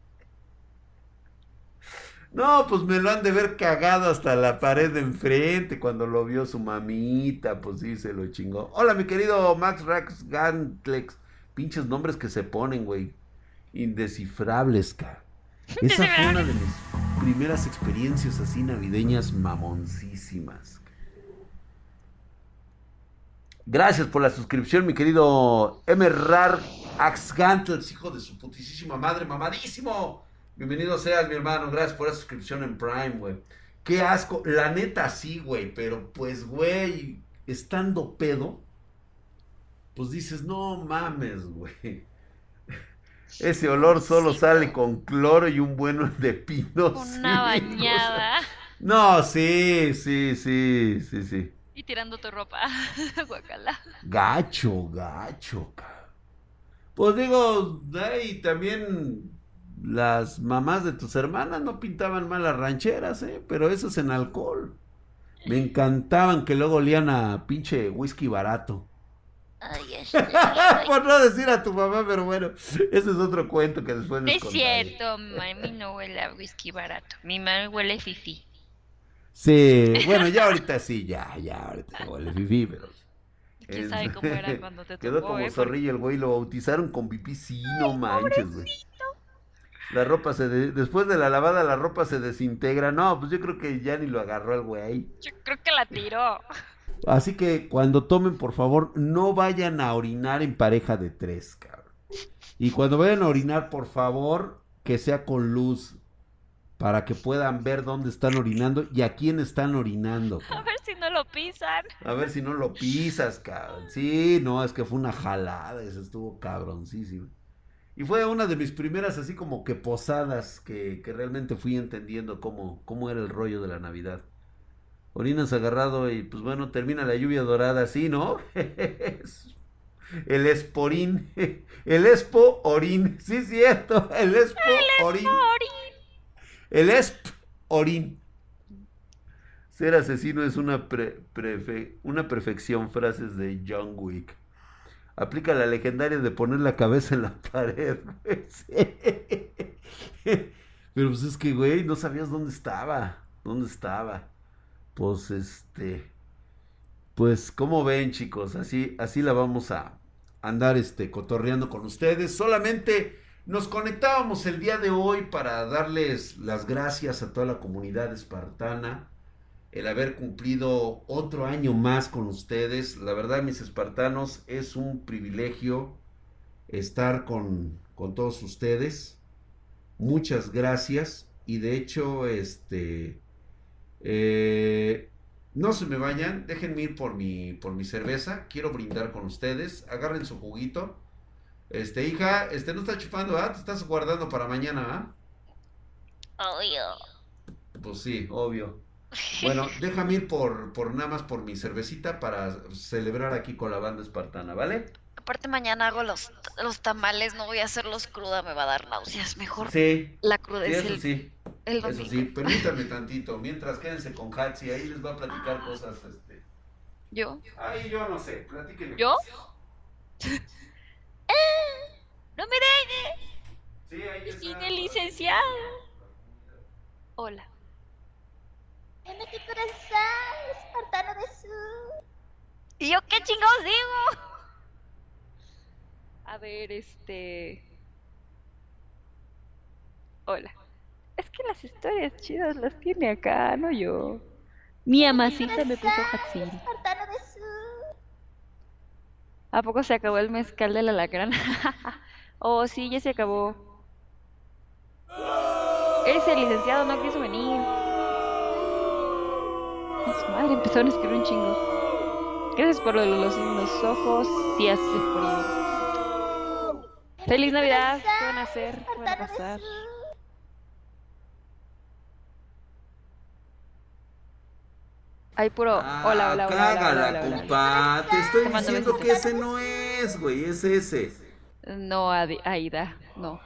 No, pues me lo han de ver cagado hasta la pared de enfrente cuando lo vio su mamita, pues sí, se lo chingó. Hola, mi querido Max Rax Gantlex. Pinches nombres que se ponen, güey. Indescifrables, cara. Esa fue una de mis primeras experiencias así navideñas mamoncísimas. Gracias por la suscripción, mi querido M. Rar Axgantles, hijo de su putísima madre, mamadísimo. Bienvenido seas, mi hermano. Gracias por la suscripción en Prime, güey. Qué asco. La neta sí, güey. Pero pues, güey, estando pedo, pues dices, no mames, güey. Ese olor solo sale con cloro y un bueno de pino. Una bañada. No, sí, sí, sí, sí, sí. Y tirando tu ropa. Guacala. Gacho, gacho, cabrón. Pues digo, y también las mamás de tus hermanas no pintaban mal las rancheras, ¿eh? Pero eso es en alcohol. Me encantaban que luego olían a pinche whisky barato. Ay, estoy, Por no decir a tu mamá, pero bueno, ese es otro cuento que después les Es contaré. cierto, mami no huele a whisky barato. Mi mami huele fifi. Sí, bueno, ya ahorita sí, ya, ya, ahorita huele fifi, pero... ¿Quién sabe cómo era cuando te tocó? Quedó como eh? zorrillo el güey, lo bautizaron con pipí, sí, no manches, güey. La ropa se, de... después de la lavada la ropa se desintegra, no, pues yo creo que ya ni lo agarró el güey. Yo creo que la tiró. Así que cuando tomen, por favor, no vayan a orinar en pareja de tres, cabrón. Y cuando vayan a orinar, por favor, que sea con luz. Para que puedan ver dónde están orinando y a quién están orinando, A cabrón. ver si no no lo pisan. A ver si no lo pisas, cabrón. Sí, no, es que fue una jalada, eso estuvo cabroncísimo. Y fue una de mis primeras así como que posadas que, que realmente fui entendiendo cómo, cómo era el rollo de la Navidad. Orinas agarrado y pues bueno, termina la lluvia dorada así, ¿no? El esporín, el espo orín, sí cierto, el espo orín, el esp orín. Ser asesino es una, pre, prefe, una perfección, frases de John Wick. Aplica la legendaria de poner la cabeza en la pared, güey. Sí. Pero pues es que, güey, no sabías dónde estaba. ¿Dónde estaba? Pues este. Pues, ¿cómo ven, chicos? Así, así la vamos a andar este, cotorreando con ustedes. Solamente nos conectábamos el día de hoy para darles las gracias a toda la comunidad espartana. El haber cumplido otro año más con ustedes. La verdad, mis espartanos, es un privilegio estar con, con todos ustedes. Muchas gracias. Y de hecho, este... Eh, no se me vayan, déjenme ir por mi, por mi cerveza. Quiero brindar con ustedes. Agarren su juguito. Este, hija, este no está chupando, ¿ah? Te estás guardando para mañana, ¿ah? Obvio. Pues sí, obvio. Bueno, déjame ir por, por nada más por mi cervecita para celebrar aquí con la banda espartana, ¿vale? Aparte mañana hago los, los tamales, no voy a hacerlos cruda, me va a dar náuseas. Mejor Sí, la cruda sí, es eso el, sí. el Eso domingo. sí, permítanme tantito. Mientras quédense con Hatsi, ahí les va a platicar cosas, este. ¿Yo? Ahí yo no sé, platíquenme. ¿Yo? ¡Eh! ¡No me dejes! Sí, ahí está. ¡Tiene licenciado! Hola. Dime qué corazón, espartano de sur. ¿Y yo qué chingados digo? A ver, este... Hola. Es que las historias chidas las tiene acá, no yo. Mi amasita me puso Hatsiri. Espartano de sur. ¿A poco se acabó el mezcal del alacrán? Oh, sí, ya se acabó. Ese licenciado no quiso venir. A su madre, empezaron a escribir un chingo. Gracias por lo de los, los ojos. Sí hace frío. ¡Feliz Navidad! ¿Qué van a hacer? ¿Qué van a pasar? Hay puro Ah, hola, hola, hola, hola, cágala, hola, hola, compa. Te estoy Te mando diciendo besitos. que ese no es, güey, es ese. hola. No, Adi- Aida, no.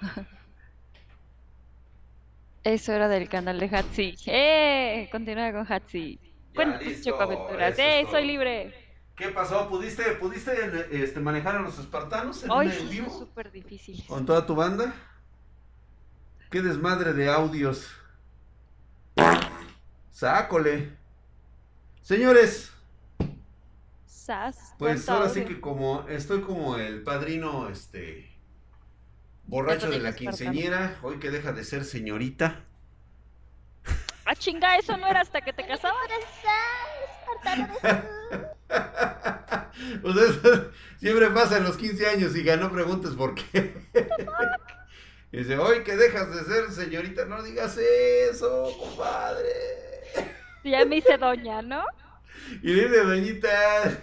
Eso era del canal de Hatsi. ¡Eh! Continúa con Hatsi. Ya, Cuenta tus listo, chocoaventuras. eso es ¡Eh! todo. Soy libre. ¿Qué pasó? ¿Pudiste, pudiste este, manejar a los espartanos en Hoy un en sí vivo? son súper difíciles. ¿Con toda tu banda? ¿Qué desmadre de audios? Sácole. Señores, Sas. pues ¿cuánto ahora sí audio? que como estoy como el padrino, este, borracho de la niño espartano. quinceñera, hoy que deja de ser señorita. Ah, chinga, eso no era hasta que te casabas. Corazón, espartano de sur. Pues eso siempre pasa en los quince años, hija, no preguntes por qué. Y dice, hoy que dejas de ser señorita, no digas eso, compadre. Ya me hice doña, ¿no? Y dice, doñita.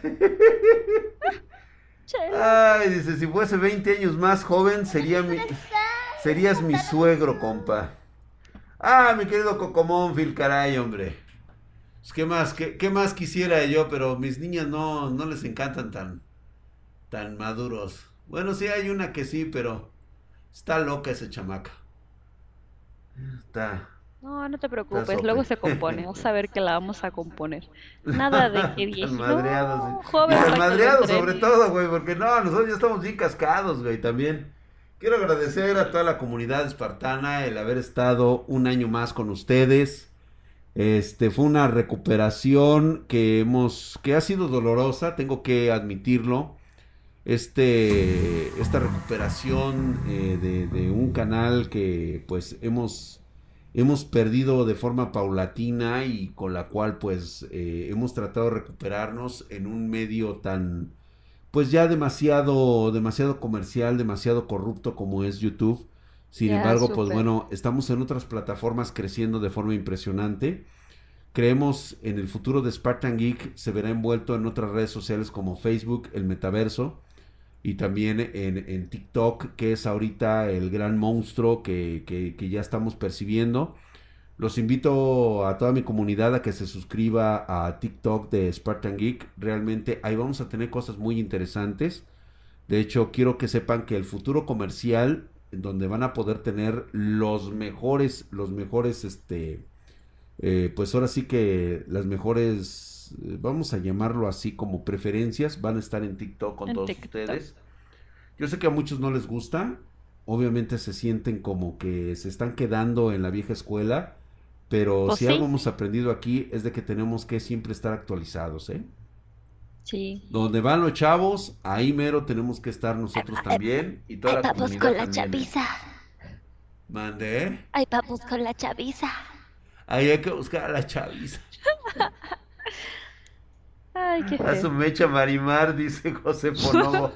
Chela. Ay, dice, si fuese veinte años más joven, sería mi, serías mi suegro, compa. Ah, mi querido Cocomónfil, caray, hombre. Pues, ¿qué más? ¿Qué, qué más quisiera yo? Pero mis niñas no, no les encantan tan, tan maduros. Bueno, sí hay una que sí, pero está loca esa chamaca. Está... No, no te preocupes, sope. luego se compone. Vamos a ver que la vamos a componer. Nada de que Tan viejito. madreados, No, sí. joven, Y tan para que lo madreados sobre entrenes. todo, güey, porque no, nosotros ya estamos bien cascados, güey, también. Quiero agradecer a toda la comunidad espartana el haber estado un año más con ustedes. Este, fue una recuperación que hemos, que ha sido dolorosa, tengo que admitirlo. Este, esta recuperación eh, de, de un canal que pues hemos hemos perdido de forma paulatina y con la cual pues eh, hemos tratado de recuperarnos en un medio tan pues ya demasiado demasiado comercial, demasiado corrupto como es YouTube. Sin Ya, embargo, pues súper. bueno, estamos en otras plataformas creciendo de forma impresionante. Creemos en el futuro de Spartan Geek, se verá envuelto en otras redes sociales como Facebook, el metaverso, y también en, en TikTok, que es ahorita el gran monstruo que, que, que ya estamos percibiendo. Los invito a toda mi comunidad a que se suscriba a TikTok de Spartan Geek. Realmente ahí vamos a tener cosas muy interesantes. De hecho, quiero que sepan que el futuro comercial, en donde van a poder tener los mejores, los mejores, este, eh, pues ahora sí que las mejores, eh, vamos a llamarlo así como preferencias, van a estar en TikTok con En todos TikTok. ustedes. Yo sé que a muchos no les gusta, obviamente se sienten como que se están quedando en la vieja escuela, pero Pues si sí. algo hemos aprendido aquí es de que tenemos que siempre estar actualizados, ¿eh? Sí. Donde van los chavos, ahí mero tenemos que estar nosotros también y toda Ay, la vamos comunidad con la también. ¿eh? chaviza. Mande. Ay, vamos con la chaviza. Ahí hay que buscar a la chaviza. Ay, qué A su feo. mecha Marimar, dice José Ponovo.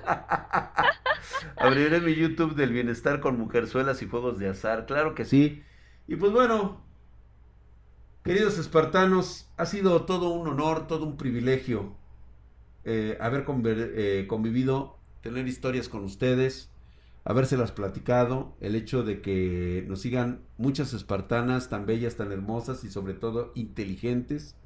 Abriré mi YouTube del bienestar con mujerzuelas y juegos de azar. Claro que sí. Y pues bueno, queridos espartanos, ha sido todo un honor, todo un privilegio eh, haber conver- eh, convivido, tener historias con ustedes, habérselas platicado, el hecho de que nos sigan muchas espartanas tan bellas, tan hermosas y sobre todo inteligentes.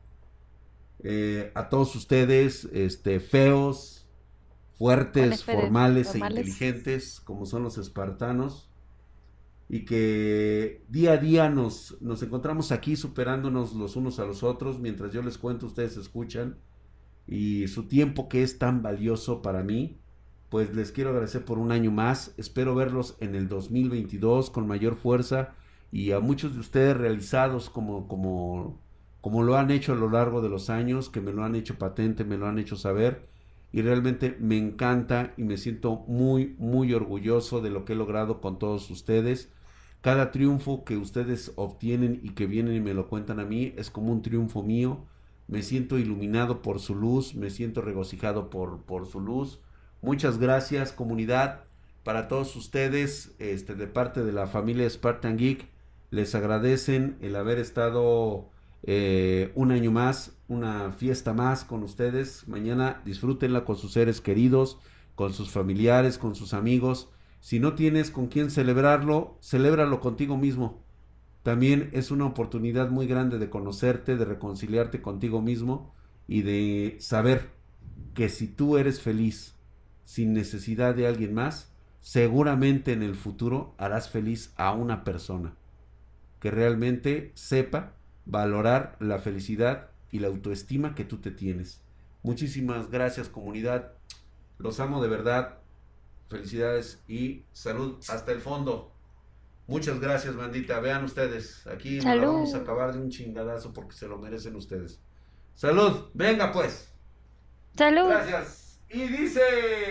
Eh, a todos ustedes, este, feos, fuertes, Con F de formales e formales. inteligentes, como son los espartanos, y que día a día nos, nos encontramos aquí superándonos los unos a los otros, mientras yo les cuento, ustedes escuchan, y su tiempo que es tan valioso para mí, pues les quiero agradecer por un año más, espero verlos en el dos mil veintidós con mayor fuerza, y a muchos de ustedes realizados como, como, como lo han hecho a lo largo de los años, que me lo han hecho patente, me lo han hecho saber, y realmente me encanta y me siento muy, muy orgulloso de lo que he logrado con todos ustedes. Cada triunfo que ustedes obtienen y que vienen y me lo cuentan a mí es como un triunfo mío. Me siento iluminado por su luz, me siento regocijado por, por su luz. Muchas gracias, comunidad. Para todos ustedes, este, de parte de la familia Spartan Geek, les agradecen el haber estado eh, un año más, una fiesta más con ustedes. Mañana disfrútenla con sus seres queridos, con sus familiares, con sus amigos. Si no tienes con quién celebrarlo, celébralo contigo mismo. También es una oportunidad muy grande de conocerte, de reconciliarte contigo mismo y de saber que si tú eres feliz sin necesidad de alguien más, seguramente en el futuro harás feliz a una persona que realmente sepa valorar la felicidad y la autoestima que tú te tienes. Muchísimas gracias, comunidad. Los amo de verdad. Felicidades y salud hasta el fondo. Muchas gracias, bandita. Vean ustedes, aquí nos la Salud. vamos a acabar de un chingadazo porque se lo merecen ustedes. Salud, venga pues. Salud. Gracias. Y dice...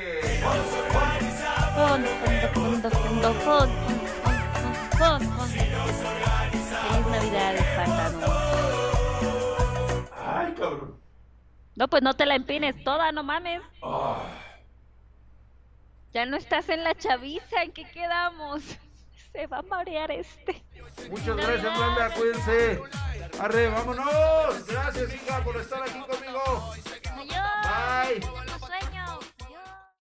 Fondo, fondo, fondo, fondo, fondo, fondo, fondo. Feliz Navidad, espartano. Ay, cabrón. No, pues no te la empines toda, no mames. Ah. Ya no estás en la chaviza, ¿en qué quedamos? Se va a marear este. Muchas gracias, banda. Cuídense. Arre, vámonos. Gracias, hija, por estar aquí conmigo.